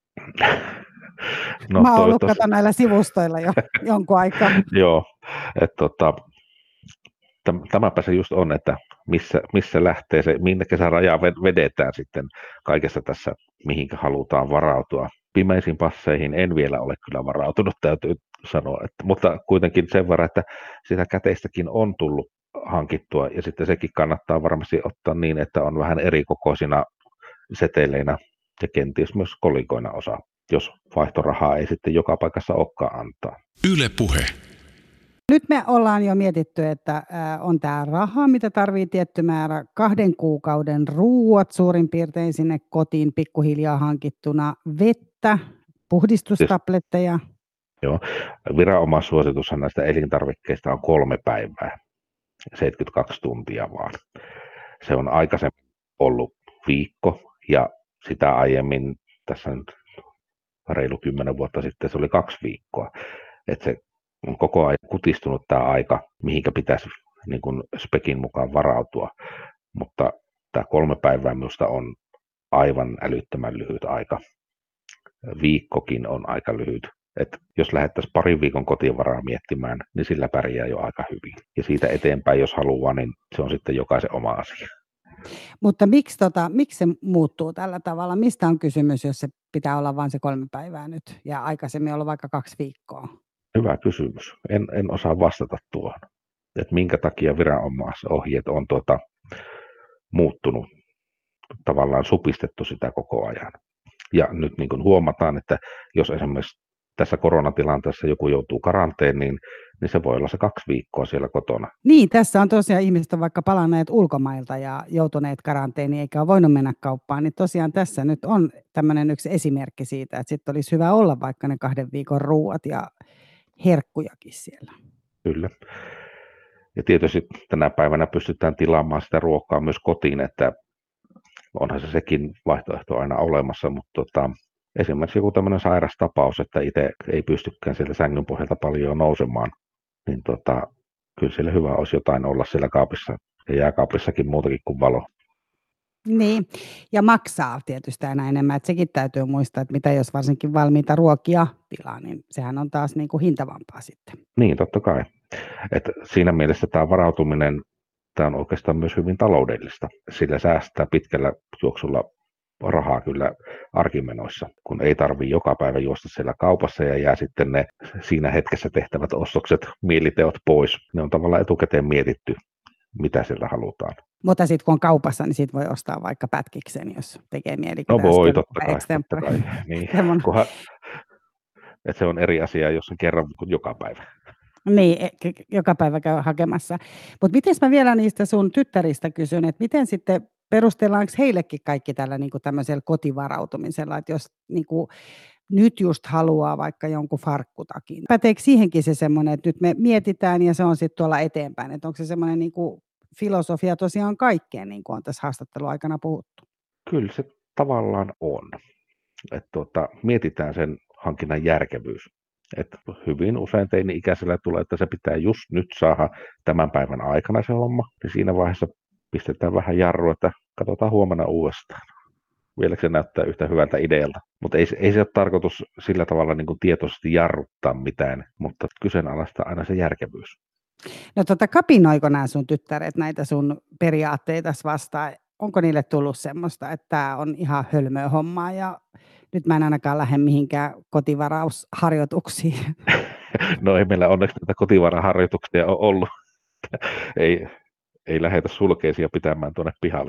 No,
mä oon ollut näillä sivustoilla jo jonkun aikaa.
Joo, että tämäpä se just on, että missä lähtee se, minnekä se raja vedetään sitten kaikessa tässä, mihinkä halutaan varautua. Pimeisiin passeihin en vielä ole kyllä varautunut, täytyy sanoa, mutta kuitenkin sen verran, että sitä käteistäkin on tullut hankittua ja sitten sekin kannattaa varmasti ottaa niin, että on vähän erikokoisina seteleinä ja kenties myös kolikoina osa, jos vaihtorahaa ei sitten joka paikassa olekaan antaa.
Yle Puhe.
Nyt me ollaan jo mietitty, että on tämä raha, mitä tarvii tietty määrä, 2 kuukauden ruuat suurin piirtein sinne kotiin pikkuhiljaa hankittuna, vettä, puhdistustabletteja.
Joo, viranomaissuositushan näistä elintarvikkeista on 3 päivää, 72 tuntia vaan. Se on aikaisemmin ollut viikko ja sitä aiemmin, tässä nyt reilu 10 vuotta sitten, se oli 2 viikkoa. Että se on koko ajan kutistunut tämä aika, mihinkä pitäisi niin kuin spekin mukaan varautua, mutta tämä 3 päivää minusta on aivan älyttömän lyhyt aika. Viikkokin on aika lyhyt. Et jos lähdettäisiin 2 viikon kotivaraa miettimään, niin sillä pärjää jo aika hyvin. Ja siitä eteenpäin, jos haluaa, niin se on sitten jokaisen oma asia.
Mutta miksi se muuttuu tällä tavalla? Mistä on kysymys, jos se pitää olla vain se 3 päivää nyt ja aikaisemmin olla vaikka 2 viikkoa?
Hyvä kysymys. En osaa vastata tuohon. Että minkä takia viranomaisohjeet on muuttunut, tavallaan supistettu sitä koko ajan. Ja nyt niin kuin huomataan, että jos esimerkiksi tässä koronatilanteessa joku joutuu karanteeniin, niin se voi olla se 2 viikkoa siellä kotona.
Niin, tässä on tosiaan ihmiset on vaikka palanneet ulkomailta ja joutuneet karanteeniin eikä ole voinut mennä kauppaan, niin tosiaan tässä nyt on tämmöinen yksi esimerkki siitä, että sitten olisi hyvä olla vaikka ne 2 viikon ruuat ja herkkujakin siellä.
Kyllä. Ja tietysti tänä päivänä pystytään tilaamaan sitä ruokaa myös kotiin, että onhan sekin vaihtoehto aina olemassa, mutta esimerkiksi joku tämmöinen sairastapaus, että itse ei pystykään sieltä sängyn pohjalta paljon nousemaan, niin kyllä siellä hyvä olisi jotain olla siellä kaapissa ja jääkaapissakin muutakin kuin valo.
Niin, ja maksaa tietysti aina enemmän, että sekin täytyy muistaa, että mitä jos varsinkin valmiita ruokia tilaa, niin sehän on taas niin kuin hintavampaa sitten.
Niin, totta kai. Että siinä mielessä tämä varautuminen, tämä on oikeastaan myös hyvin taloudellista, sillä säästää pitkällä juoksulla rahaa kyllä arkimenoissa, kun ei tarvitse joka päivä juosta siellä kaupassa ja jää sitten ne siinä hetkessä tehtävät ostokset, mieliteot pois. Ne on tavallaan etukäteen mietitty, mitä sieltä halutaan.
Mutta sitten kun on kaupassa, niin siitä voi ostaa vaikka pätkiksen, jos tekee mieli.
No voi, totta kai. Niin. Että se on eri asia, jos on kerran kuin joka päivä.
Niin, joka päivä käy hakemassa. Mutta miten mä vielä niistä sun tyttäristä kysyn, että miten sitten perustellaanko heillekin kaikki tällä niin kuin tämmöisellä kotivarautumisella, että jos niin kuin nyt just haluaa vaikka jonkun farkkutakin. Päteekö siihenkin se semmoinen, että nyt me mietitään ja se on sitten tuolla eteenpäin, että onko se semmoinen niin kuin filosofia tosiaan kaikkeen, niin kuin on tässä haastattelun aikana puhuttu?
Kyllä se tavallaan on. Mietitään sen hankinnan järkevyys. Että hyvin usein teini-ikäisellä tulee, että se pitää just nyt saada tämän päivän aikana se homma, niin siinä vaiheessa pistetään vähän jarrua, että katsotaan huomenna uudestaan. Vieläkö se näyttää yhtä hyvältä idealta. Mutta ei se ole tarkoitus sillä tavalla niin kuin tietoisesti jarruttaa mitään, mutta kyseenalaistaa aina se järkevyys.
No kapinoiko nämä sun tyttäret näitä sun periaatteita vastaan? Onko niille tullut semmoista, että tämä on ihan hölmöä hommaa ja nyt mä en ainakaan lähde mihinkään kotivarausharjoituksiin?
No ei meillä onneksi näitä kotivaraharjoituksia ole ollut. ei lähdetä sulkeisia pitämään tuonne pihalle.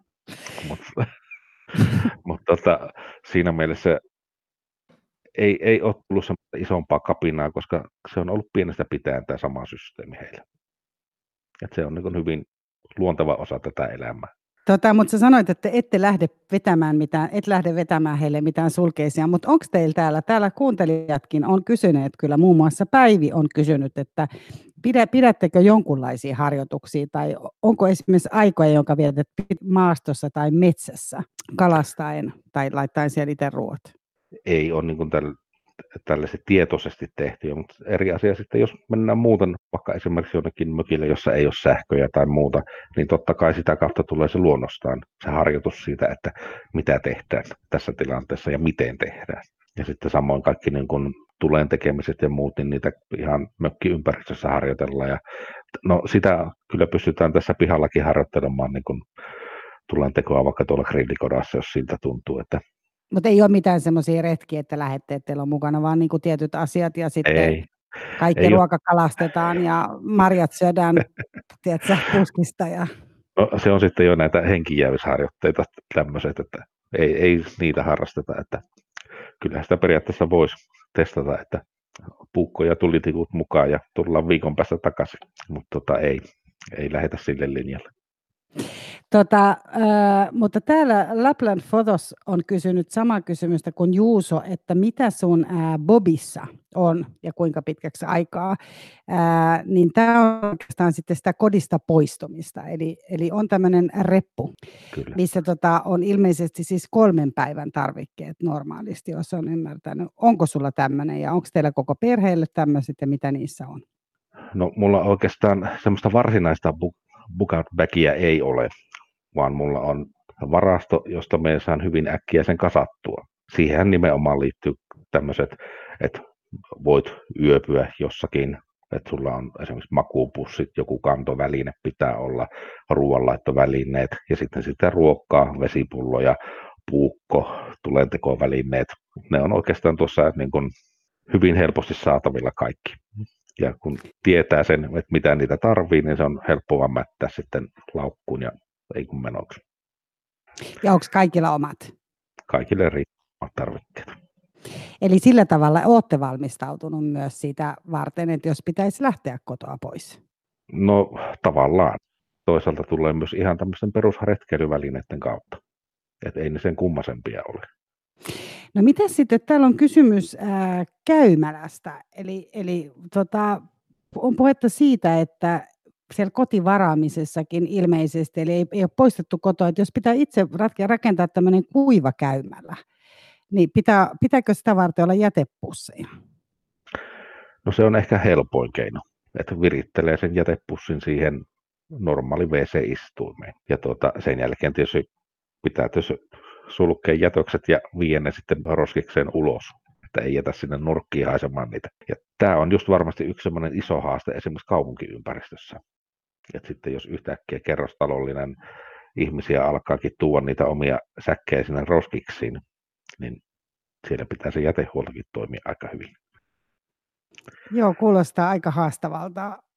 Mutta siinä mielessä ei ole tullut semmoista isompaa kapinaa, koska se on ollut pienestä pitäen tämä sama systeemi heillä. Et se on niin kuin hyvin luonteva osa tätä elämää.
Mutta sä sanoit, että ette lähde vetämään heille mitään sulkeisia, mutta onko teillä täällä kuuntelijatkin on kysyneet, kyllä muun muassa Päivi on kysynyt, että pidättekö jonkunlaisia harjoituksia tai onko esimerkiksi aikoja, jonka vietät maastossa tai metsässä kalastaen tai laittaen siellä itse ruoat?
Ei ole niin kuin tällaisia tietoisesti tehtyjä, mutta eri asia sitten, jos mennään muuten vaikka esimerkiksi jonnekin mökille, jossa ei ole sähköjä tai muuta, niin totta kai sitä kautta tulee se luonnostaan, se harjoitus siitä, että mitä tehdään tässä tilanteessa ja miten tehdään. Ja sitten samoin kaikki niin kuin tulen tekemiset ja muut, niin niitä ihan mökkiympäristössä harjoitellaan. Ja no sitä kyllä pystytään tässä pihallakin harjoittelemaan niin kuin tulen tekoa vaikka tuolla grillikodassa, jos siltä tuntuu, että
mutta ei ole mitään semmoisia retkiä, että lähdette, että teillä on mukana vaan niin kuin tietyt asiat ja sitten kaikki ruoka kalastetaan ja marjat syödään puskista. Ja
No, se on sitten jo näitä henkijäävisharjoitteita tämmöiset, että ei niitä harrasteta. Että kyllä sitä periaatteessa voisi testata, että puukko ja tulitikut mukaan ja tullaan viikon päästä takaisin, mutta ei lähdetä sille linjalle.
Mutta täällä Lapland Photos on kysynyt samaa kysymystä kuin Juuso, että mitä sun bobissa on ja kuinka pitkäksi aikaa, niin tämä on oikeastaan sitten sitä kodista poistumista, eli on tämmöinen reppu,
Kyllä.
missä on ilmeisesti siis 3 päivän tarvikkeet normaalisti, jos on ymmärtänyt. Onko sulla tämmöinen ja onko teillä koko perheelle tämmöiset ja mitä niissä on?
No mulla oikeastaan semmoista varsinaista book-out-bagia ei ole, vaan mulla on varasto, josta me saan hyvin äkkiä sen kasattua. Siihen nimenomaan liittyy tämmöiset, että voit yöpyä jossakin, että sulla on esimerkiksi makuupussit, joku kantoväline pitää olla, ruoanlaittovälineet ja sitten sitä ruokaa, vesipulloja, puukko, tulentekovälineet. Ne on oikeastaan tuossa niin kuin hyvin helposti saatavilla kaikki. Ja kun tietää sen, että mitä niitä tarvii, niin se on helppo vaan mättää sitten laukkuun ja ei kun menoksi.
Ja onko kaikilla omat?
Kaikille riittävät tarvikkeet.
Eli sillä tavalla olette valmistautunut myös siitä varten, että jos pitäisi lähteä kotoa pois?
No tavallaan. Toisaalta tulee myös ihan tämmöisten perusretkeilyvälineiden kautta. Että ei ne sen kummasempia ole.
No mitä sitten, täällä on kysymys käymälästä. Eli on puhetta siitä, että siellä kotivaraamisessakin ilmeisesti, eli ei ole poistettu kotoa, että jos pitää itse rakentaa tämmöinen kuiva käymälä, niin pitääkö sitä varten olla jätepusseja?
No se on ehkä helpoin keino, että virittelee sen jätepussin siihen normaali WC-istuimeen. Ja sen jälkeen tietysti pitää sulkea jätökset ja viedä ne sitten roskikseen ulos, että ei jätä sinne nurkkiin haisemaan niitä. Ja tämä on just varmasti yksi semmoinen iso haaste esimerkiksi kaupunkiympäristössä. Että sitten jos yhtäkkiä kerrostalollinen ihmisiä alkaakin tuoda niitä omia säkkejä sinne roskiksiin, niin siellä pitää se jätehuoltokin toimia aika hyvin.
Joo, kuulostaa aika haastavalta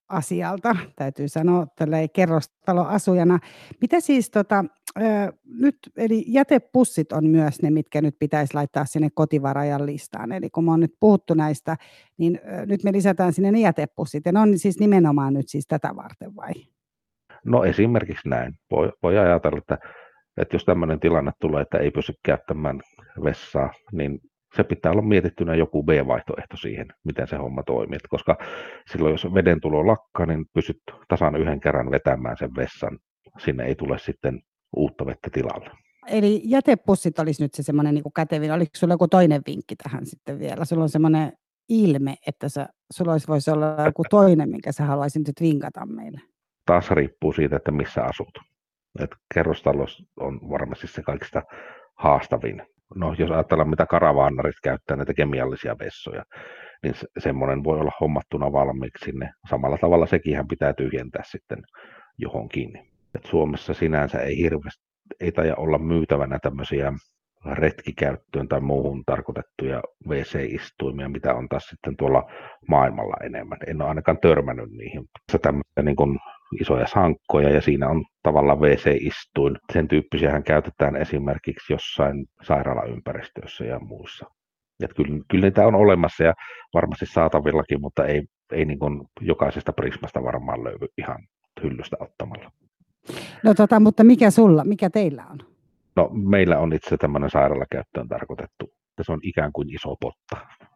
asialta, täytyy sanoa tälleen kerrostaloasujana. Mitä siis nyt, eli jätepussit on myös ne, mitkä nyt pitäisi laittaa sinne kotivarajan listaan. Eli kun me on nyt puhuttu näistä, niin nyt me lisätään sinne ne jätepussit. Ja ne on siis nimenomaan nyt siis tätä varten vai?
No esimerkiksi näin. Voi ajatella, että jos tämmöinen tilanne tulee, että ei pysty käyttämään vessaa, niin se pitää olla mietittynä joku B-vaihtoehto siihen, miten se homma toimii. Koska silloin, jos veden tulo lakkaa, niin pystyt tasan yhden kerran vetämään sen vessan. Sinne ei tule sitten uutta vettä tilalle.
Eli jätepussit olisi nyt se semmoinen niin kuin kätevin. Oliko sulla joku toinen vinkki tähän sitten vielä? Sulla on semmoinen ilme, että sulla voisi olla joku toinen, minkä sä haluaisit nyt vinkata meille.
Taas riippuu siitä, että missä asut. Et kerrostalous on varmasti se kaikista haastavin. No, jos ajatellaan, mitä karavaanarit käyttää näitä kemiallisia vessoja, niin semmoinen voi olla hommattuna valmiiksi sinne. Samalla tavalla sekinhän pitää tyhjentää sitten johonkin. Et Suomessa sinänsä ei taida olla myytävänä tämmöisiä retkikäyttöön tai muuhun tarkoitettuja WC-istuimia, mitä on taas sitten tuolla maailmalla enemmän. En ole ainakaan törmännyt niihin. Tämmöisiä niin kuin isoja sankkoja ja siinä on tavallaan WC-istuin. Sen tyyppisiähän käytetään esimerkiksi jossain sairaalaympäristöissä ja muissa. Et kyllä niitä on olemassa ja varmasti saatavillakin, mutta ei niin kuin jokaisesta Prismasta varmaan löydy ihan hyllystä ottamalla.
No mutta mikä teillä on?
No meillä on itse tämmöinen sairaalakäyttöön tarkoitettu. Se on ikään kuin iso potta.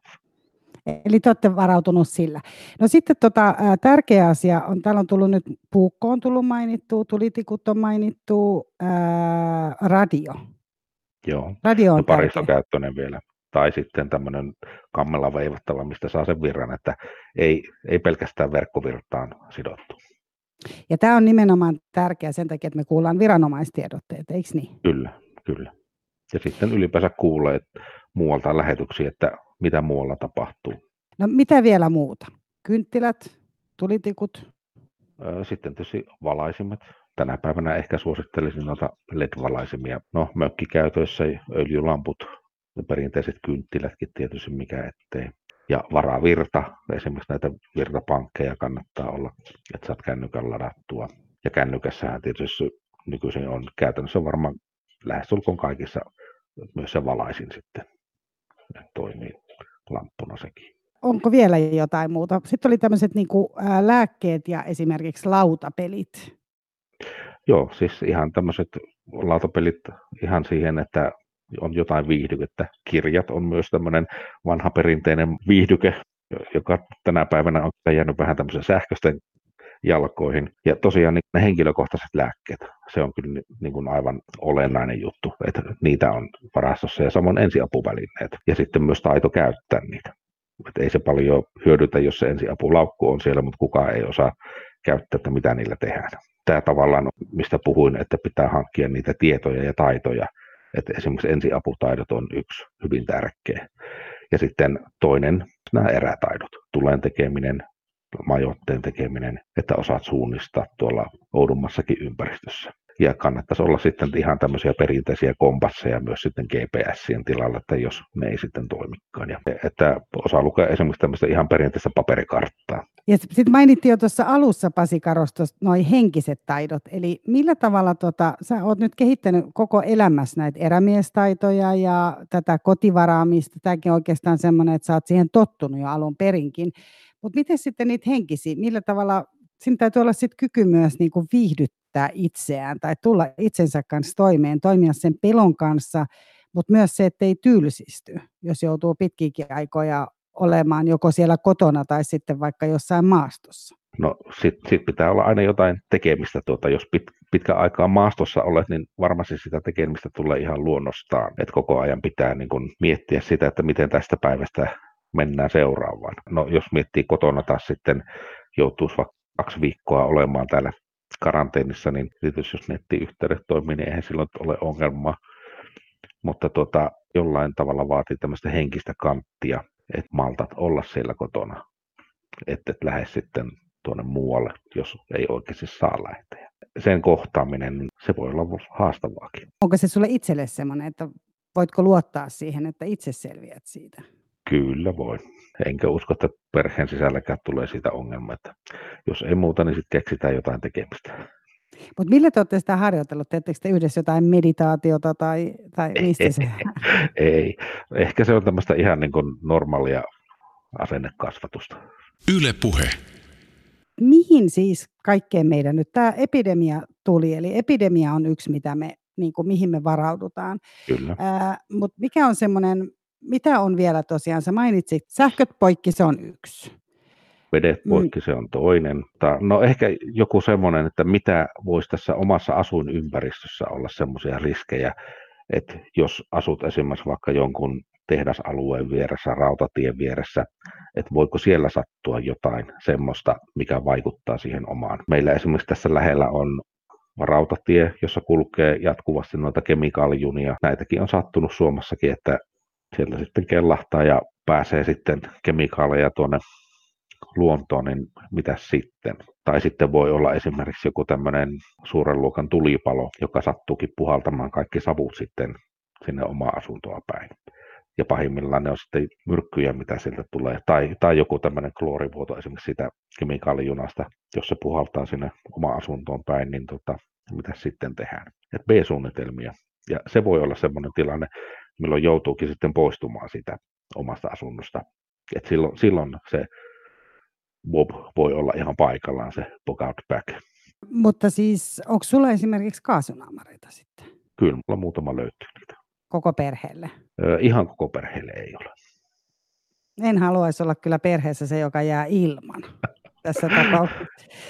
Eli te olette varautunut sillä. No sitten tärkeä asia on, täällä on tullut nyt puukko on tullut mainittua, tulitikut on mainittu, radio.
Joo,
Radio on
paristokäyttöinen vielä. Tai sitten tämmöinen kammella veivattava, mistä saa sen virran, että ei pelkästään verkkovirtaan sidottu.
Ja tämä on nimenomaan tärkeää sen takia, että me kuullaan viranomaistiedotteet, eikö niin?
Kyllä. Ja sitten ylipäänsä kuulee muualta lähetyksiä, että mitä muualla tapahtuu.
No mitä vielä muuta? Kynttilät, tulitikut?
Sitten tietysti valaisimet. Tänä päivänä ehkä suosittelisin noita LED-valaisimia. No mökkikäytöissä öljylamput ja perinteiset kynttilätkin tietysti mikä ettei. Ja varavirta, esimerkiksi näitä virtapankkeja kannattaa olla, että saat kännykän ladattua. Ja kännykässähän tietysti nykyisin on käytännössä varmaan lähestulkoon kaikissa myös se valaisin sitten toimii lamppuna sekin.
Onko vielä jotain muuta? Sitten oli tämmöiset niinku lääkkeet ja esimerkiksi lautapelit.
Joo, siis ihan tämmöiset lautapelit ihan siihen, että on jotain viihdykettä. Kirjat on myös tämmöinen vanha perinteinen viihdyke, joka tänä päivänä on jäänyt vähän tämmöisen sähköisten jalkoihin. Ja tosiaan niin ne henkilökohtaiset lääkkeet, se on kyllä niin kuin aivan olennainen juttu, että niitä on varastossa ja samoin ensiapuvälineet ja sitten myös taito käyttää niitä. Että ei se paljon hyödytä, jos se ensiapulaukku on siellä, mutta kukaan ei osaa käyttää, että mitä niillä tehdään. Tämä tavallaan, mistä puhuin, että pitää hankkia niitä tietoja ja taitoja, että esimerkiksi ensiaputaidot on yksi hyvin tärkeä. Ja sitten toinen, nämä erätaidot, tulen tekeminen, majoitteen tekeminen, että osaat suunnistaa tuolla oudummassakin ympäristössä. Ja kannattaisi olla sitten ihan tämmöisiä perinteisiä kompasseja myös sitten GPSien tilalla, että jos ne ei sitten toimikaan. Ja että osaa lukea esimerkiksi tämmöistä ihan perinteistä paperikarttaa.
Ja sitten mainittiin jo tuossa alussa, Pasi Karostosta, noi henkiset taidot. Eli millä tavalla sä oot nyt kehittänyt koko elämässä näitä erämiestaitoja ja tätä kotivaraamista. Tämäkin on oikeastaan semmoinen, että sä oot siihen tottunut jo alun perinkin. Mutta miten sitten niitä henkisiä, millä tavalla, siinä täytyy olla sitten kyky myös niin kuin viihdyttää itseään tai tulla itsensä kanssa toimeen, toimia sen pelon kanssa, mutta myös se, että ei tylsisty, jos joutuu pitkiäkin aikoja olemaan joko siellä kotona tai sitten vaikka jossain maastossa.
No sit pitää olla aina jotain tekemistä, jos pitkä aikaa maastossa olet, niin varmasti sitä tekemistä tulee ihan luonnostaan, että koko ajan pitää niin kun miettiä sitä, että miten tästä päivästä mennään seuraavaan. No jos miettii kotona taas sitten joutuisi vaikka 2 viikkoa olemaan täällä karanteenissa, niin tietysti jos nettiyhteydet toimii, niin eihän silloin ole ongelmaa. Mutta jollain tavalla vaatii tämmöistä henkistä kanttia, että maltat olla siellä kotona, että et lähde sitten tuonne muualle, jos ei oikeasti saa lähteä. Sen kohtaaminen, se voi olla haastavaakin.
Onko se sulle itselle semmoinen, että voitko luottaa siihen, että itse selviät siitä?
Kyllä voi. Enkä usko, että perheen sisälläkään tulee siitä ongelma, että jos ei muuta, niin sitten keksitään jotain tekemistä.
Mutta millä te olette sitä harjoitellut? Teettekö te yhdessä jotain meditaatiota tai mistä se?
Ei. Ehkä se on tämmöistä ihan niin kuin normaalia asennekasvatusta.
Yle Puhe.
Mihin siis kaikkeen meidän nyt tämä epidemia tuli? Eli epidemia on yksi, mitä me, niin kuin, mihin me varaudutaan.
Kyllä.
Mutta mikä on semmoinen, mitä on vielä tosiaan? Sä mainitsit, sähköt poikki, se on yksi.
Vedet poikki, se on toinen. No ehkä joku semmoinen, että mitä voisi tässä omassa asuinympäristössä olla semmoisia riskejä, että jos asut esimerkiksi vaikka jonkun tehdasalueen vieressä, rautatien vieressä, että voiko siellä sattua jotain semmoista, mikä vaikuttaa siihen omaan. Meillä esimerkiksi tässä lähellä on rautatie, jossa kulkee jatkuvasti noita kemikaalijunia. Näitäkin on sattunut Suomessakin, että siellä sitten kellahtaa ja pääsee sitten kemikaaleja tuonne luontoon, niin mitä sitten? Tai sitten voi olla esimerkiksi joku tämmöinen suuren luokan tulipalo, joka sattuukin puhaltamaan kaikki savut sitten sinne omaan asuntoa päin. Ja pahimmillaan ne on sitten myrkkyjä, mitä sieltä tulee. Tai joku tämmöinen kloorivuoto esimerkiksi siitä kemikaalijunasta, jos se puhaltaa sinne omaan asuntoon päin, niin mitä sitten tehdään? Et B-suunnitelmia. Ja se voi olla semmoinen tilanne, milloin joutuukin sitten poistumaan siitä omasta asunnosta. Et silloin se Bob voi olla ihan paikallaan, se bug out back.
Mutta siis, onko sulla esimerkiksi kaasunaamareita sitten?
Kyllä, mulla muutama löytyy niitä.
Koko perheelle?
Ihan koko perheelle ei ole.
En haluaisi olla kyllä perheessä se, joka jää ilman tässä tapauksessa.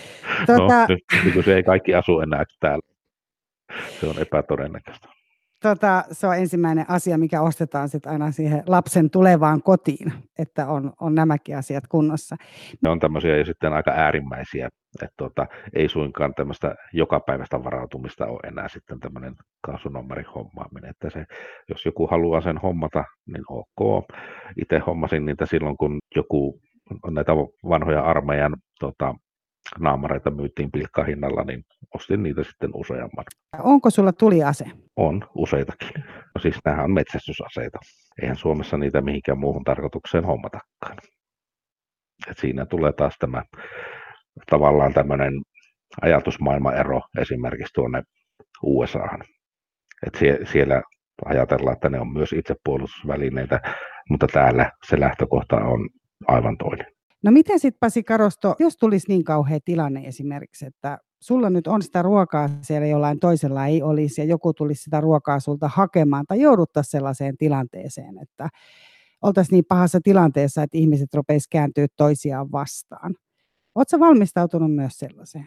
Nyt se ei kaikki asu enää täällä. Se on epätodennäköistä.
Se on ensimmäinen asia, mikä ostetaan sitten aina siihen lapsen tulevaan kotiin, että on nämäkin asiat kunnossa.
Ne on tämmöisiä jo sitten aika äärimmäisiä, että ei suinkaan tämmöistä jokapäiväistä varautumista ole enää sitten tämmöinen kaasunommarin hommaaminen. Että se, jos joku haluaa sen hommata, niin ok. Itse hommasin niitä silloin, kun joku näitä vanhoja armeijan naamareita myytiin pilkkahinnalla, niin ostin niitä sitten useamman.
Onko sulla tuliase?
On, useitakin. No siis nämähän on metsästysaseita. Eihän Suomessa niitä mihinkään muuhun tarkoitukseen hommatakaan. Et siinä tulee taas tämä tavallaan tämmöinen ajatusmaailmaero esimerkiksi tuonne USAhan. Et siellä ajatellaan, että ne on myös itsepuolustusvälineitä, mutta täällä se lähtökohta on aivan toinen.
No miten sitten Pasi Karosto, jos tulisi niin kauhea tilanne esimerkiksi, että sulla nyt on sitä ruokaa siellä jollain toisella ei olisi ja joku tulisi sitä ruokaa sulta hakemaan tai jouduttaisiin sellaiseen tilanteeseen, että oltaisiin niin pahassa tilanteessa, että ihmiset rupeisivat kääntyä toisiaan vastaan. Oletko valmistautunut myös sellaiseen?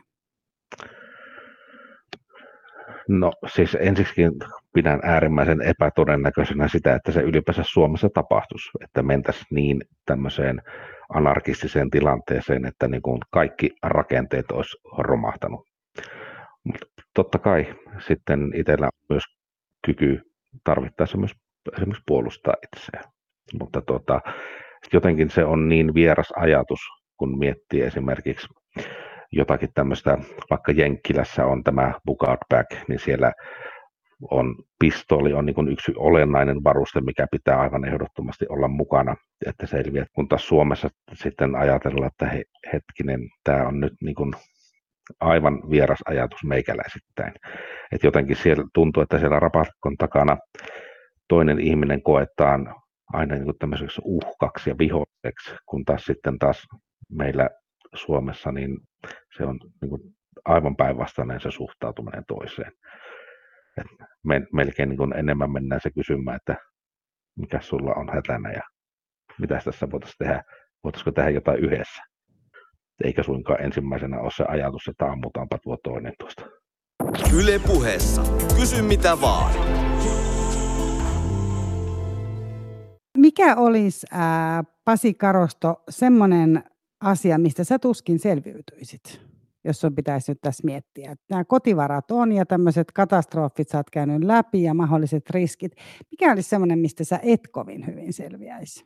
No siis ensiksikin pidän äärimmäisen epätodennäköisenä sitä, että se ylipäänsä Suomessa tapahtuisi, että mentäisiin niin tämmöiseen anarkistiseen tilanteeseen, että niin kuin kaikki rakenteet olisi romahtanut. Mutta totta kai sitten itsellä on myös kyky tarvittaessa myös esimerkiksi puolustaa itseään. Mutta jotenkin se on niin vieras ajatus, kun miettii esimerkiksi jotakin tämmöistä, vaikka Jenkkilässä on tämä bug out back, niin siellä on pistooli on niin kuin yksi olennainen varuste, mikä pitää aivan ehdottomasti olla mukana, että selviää. Kun taas Suomessa sitten ajatellaan, että hetkinen, tämä on nyt niin kuin aivan vieras ajatus meikäläisittäin. Että jotenkin siellä tuntuu, että siellä rapakon takana toinen ihminen koetaan aina niin kuin tämmöiseksi uhkaksi ja viholliseksi, kun taas meillä Suomessa niin se on niin kuin aivan päinvastainen se suhtautuminen toiseen. Melkein niin kuin enemmän mennään se kysymään, että mikä sulla on hätänä ja mitä tässä voitaisiin tehdä, voitaisiko tehdä jotain yhdessä. Eikä suinkaan ensimmäisenä ole se ajatus, että ammutaanpa tuo toinen tuosta.
Yle Puheessa. Kysy mitä vaan.
Mikä olisi, Pasi Karosto, semmoinen asia, mistä sä tuskin selviytyisit, jos sun pitäisi nyt tässä miettiä? Nämä kotivarat on ja tämmöiset katastrofit sä oot käynyt läpi ja mahdolliset riskit. Mikä olisi semmoinen, mistä sä et kovin hyvin selviäisi?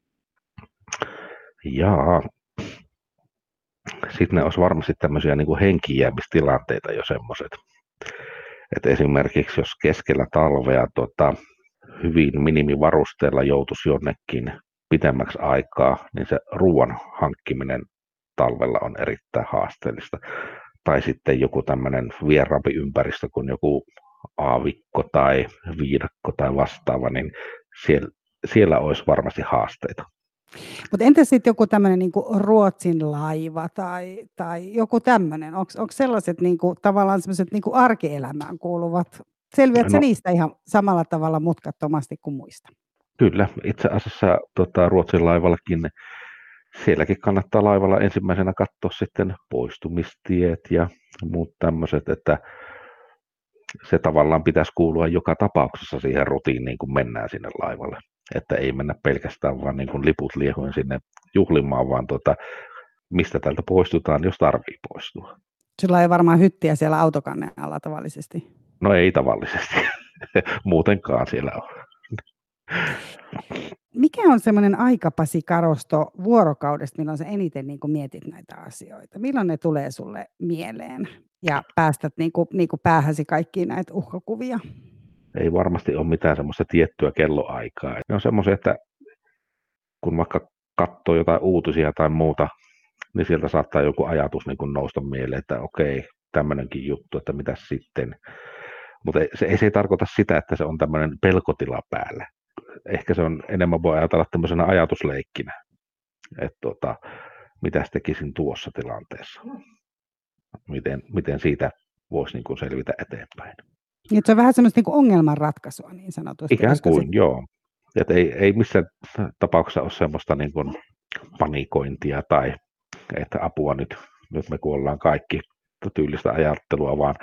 Jaa. Sitten ne olisi varmasti tämmöisiä niin kuin henkijäämistilanteita jo semmoiset. Että esimerkiksi jos keskellä talvea hyvin minimivarusteella joutuisi jonnekin pitemmäksi aikaa, niin se ruoan hankkiminen talvella on erittäin haasteellista. Tai sitten joku tämmöinen vieraampi ympäristö kuin joku aavikko tai viidakko tai vastaava, niin siellä olisi varmasti haasteita.
Mutta entä sitten joku tämmöinen niinku Ruotsin laiva tai joku tämmöinen? Onko sellaiset niinku, tavallaan sellaiset niinku arkielämään kuuluvat? Selviätkö sä niistä ihan samalla tavalla mutkattomasti kuin muista?
Kyllä, itse asiassa Ruotsin laivallakin, sielläkin kannattaa laivalla ensimmäisenä katsoa sitten poistumistiet ja muut tämmöiset, että se tavallaan pitäisi kuulua joka tapauksessa siihen rutiiniin, kun mennään sinne laivalle. Että ei mennä pelkästään vaan niin kuin liput liehuen sinne juhlimaan, vaan mistä täältä poistutaan, jos tarvii poistua.
Sulla ei varmaan hyttiä siellä autokannen alla tavallisesti.
No ei tavallisesti. Muutenkaan siellä on.
Mikä on semmoinen aika, Pasi Karosto, vuorokaudesta, milloin sä eniten niin kuin mietit näitä asioita? Milloin ne tulee sulle mieleen ja päästät niin kuin päähäsi kaikkiin näitä uhkakuvia?
Ei varmasti ole mitään semmoista tiettyä kelloaikaa. Ne on semmoisia, että kun vaikka katsoo jotain uutisia tai muuta, niin sieltä saattaa joku ajatus niin kuin nousta mieleen, että okei, tämmöinenkin juttu, että mitä sitten. Mutta se ei tarkoita sitä, että se on tämmöinen pelkotila päällä. Ehkä se on enemmän voi ajatella tämmöisenä ajatusleikkinä, että mitä tekisin tuossa tilanteessa. Miten siitä voisi niin kuin selvitä eteenpäin.
Niin, se on vähän semmoista niin kuin ongelmanratkaisua niin sanotusti.
Ikään kuin, joo. Että ei missään tapauksessa ole semmoista niin kuin panikointia tai että apua nyt me kuollaan kaikki tyylistä ajattelua, vaan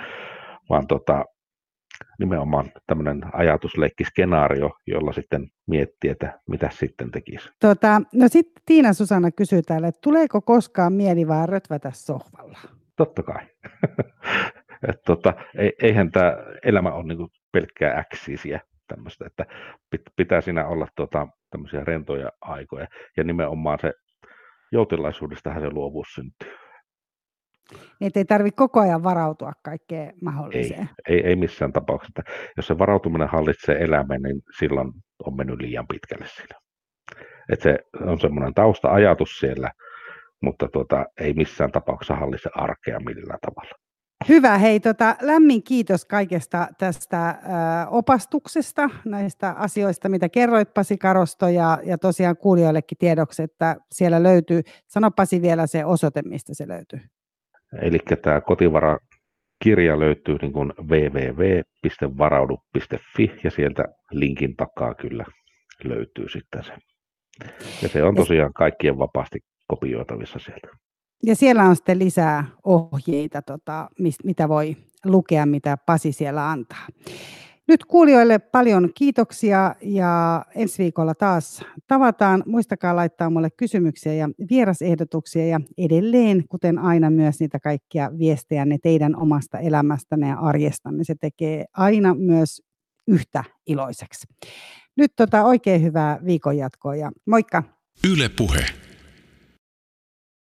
nimenomaan tämmöinen ajatusleikkiskenaario, jolla sitten miettii, että mitä sitten tekisi.
No sitten Tiina Susanna kysyy täällä, että tuleeko koskaan mieli vaan rötvätä sohvalla?
Totta kai. Eihän tämä elämä ole niinku pelkkää äksisiä tämmöistä, että pitää siinä olla tämmöisiä rentoja aikoja. Ja nimenomaan se joutilaisuudestahan se luovuus syntyy.
Niin, ei tarvitse koko ajan varautua kaikkeen mahdolliseen.
Ei missään tapauksessa. Jos se varautuminen hallitsee elämän, niin silloin on mennyt liian pitkälle siinä. Että se on semmoinen tausta-ajatus siellä, mutta ei missään tapauksessa hallitse arkea millään tavalla.
Hyvä, hei, lämmin kiitos kaikesta tästä opastuksesta, näistä asioista, mitä kerroit, Pasi Karosto, ja tosiaan kuulijoillekin tiedoksi, että siellä löytyy, sano Pasi vielä se osoite, mistä se löytyy.
Eli tämä kotivarakirja löytyy niin kuin www.varaudu.fi ja sieltä linkin takaa kyllä löytyy sitten se. Ja se on tosiaan kaikkien vapaasti kopioitavissa sieltä.
Ja siellä on sitten lisää ohjeita, mitä voi lukea, mitä Pasi siellä antaa. Nyt kuulijoille paljon kiitoksia ja ensi viikolla taas tavataan. Muistakaa laittaa mulle kysymyksiä ja vierasehdotuksia ja edelleen, kuten aina, myös niitä kaikkia viestejänne teidän omasta elämästänne ja arjestanne. Se tekee aina myös yhtä iloiseksi. Nyt oikein hyvää viikonjatkoa ja moikka!
Yle Puhe.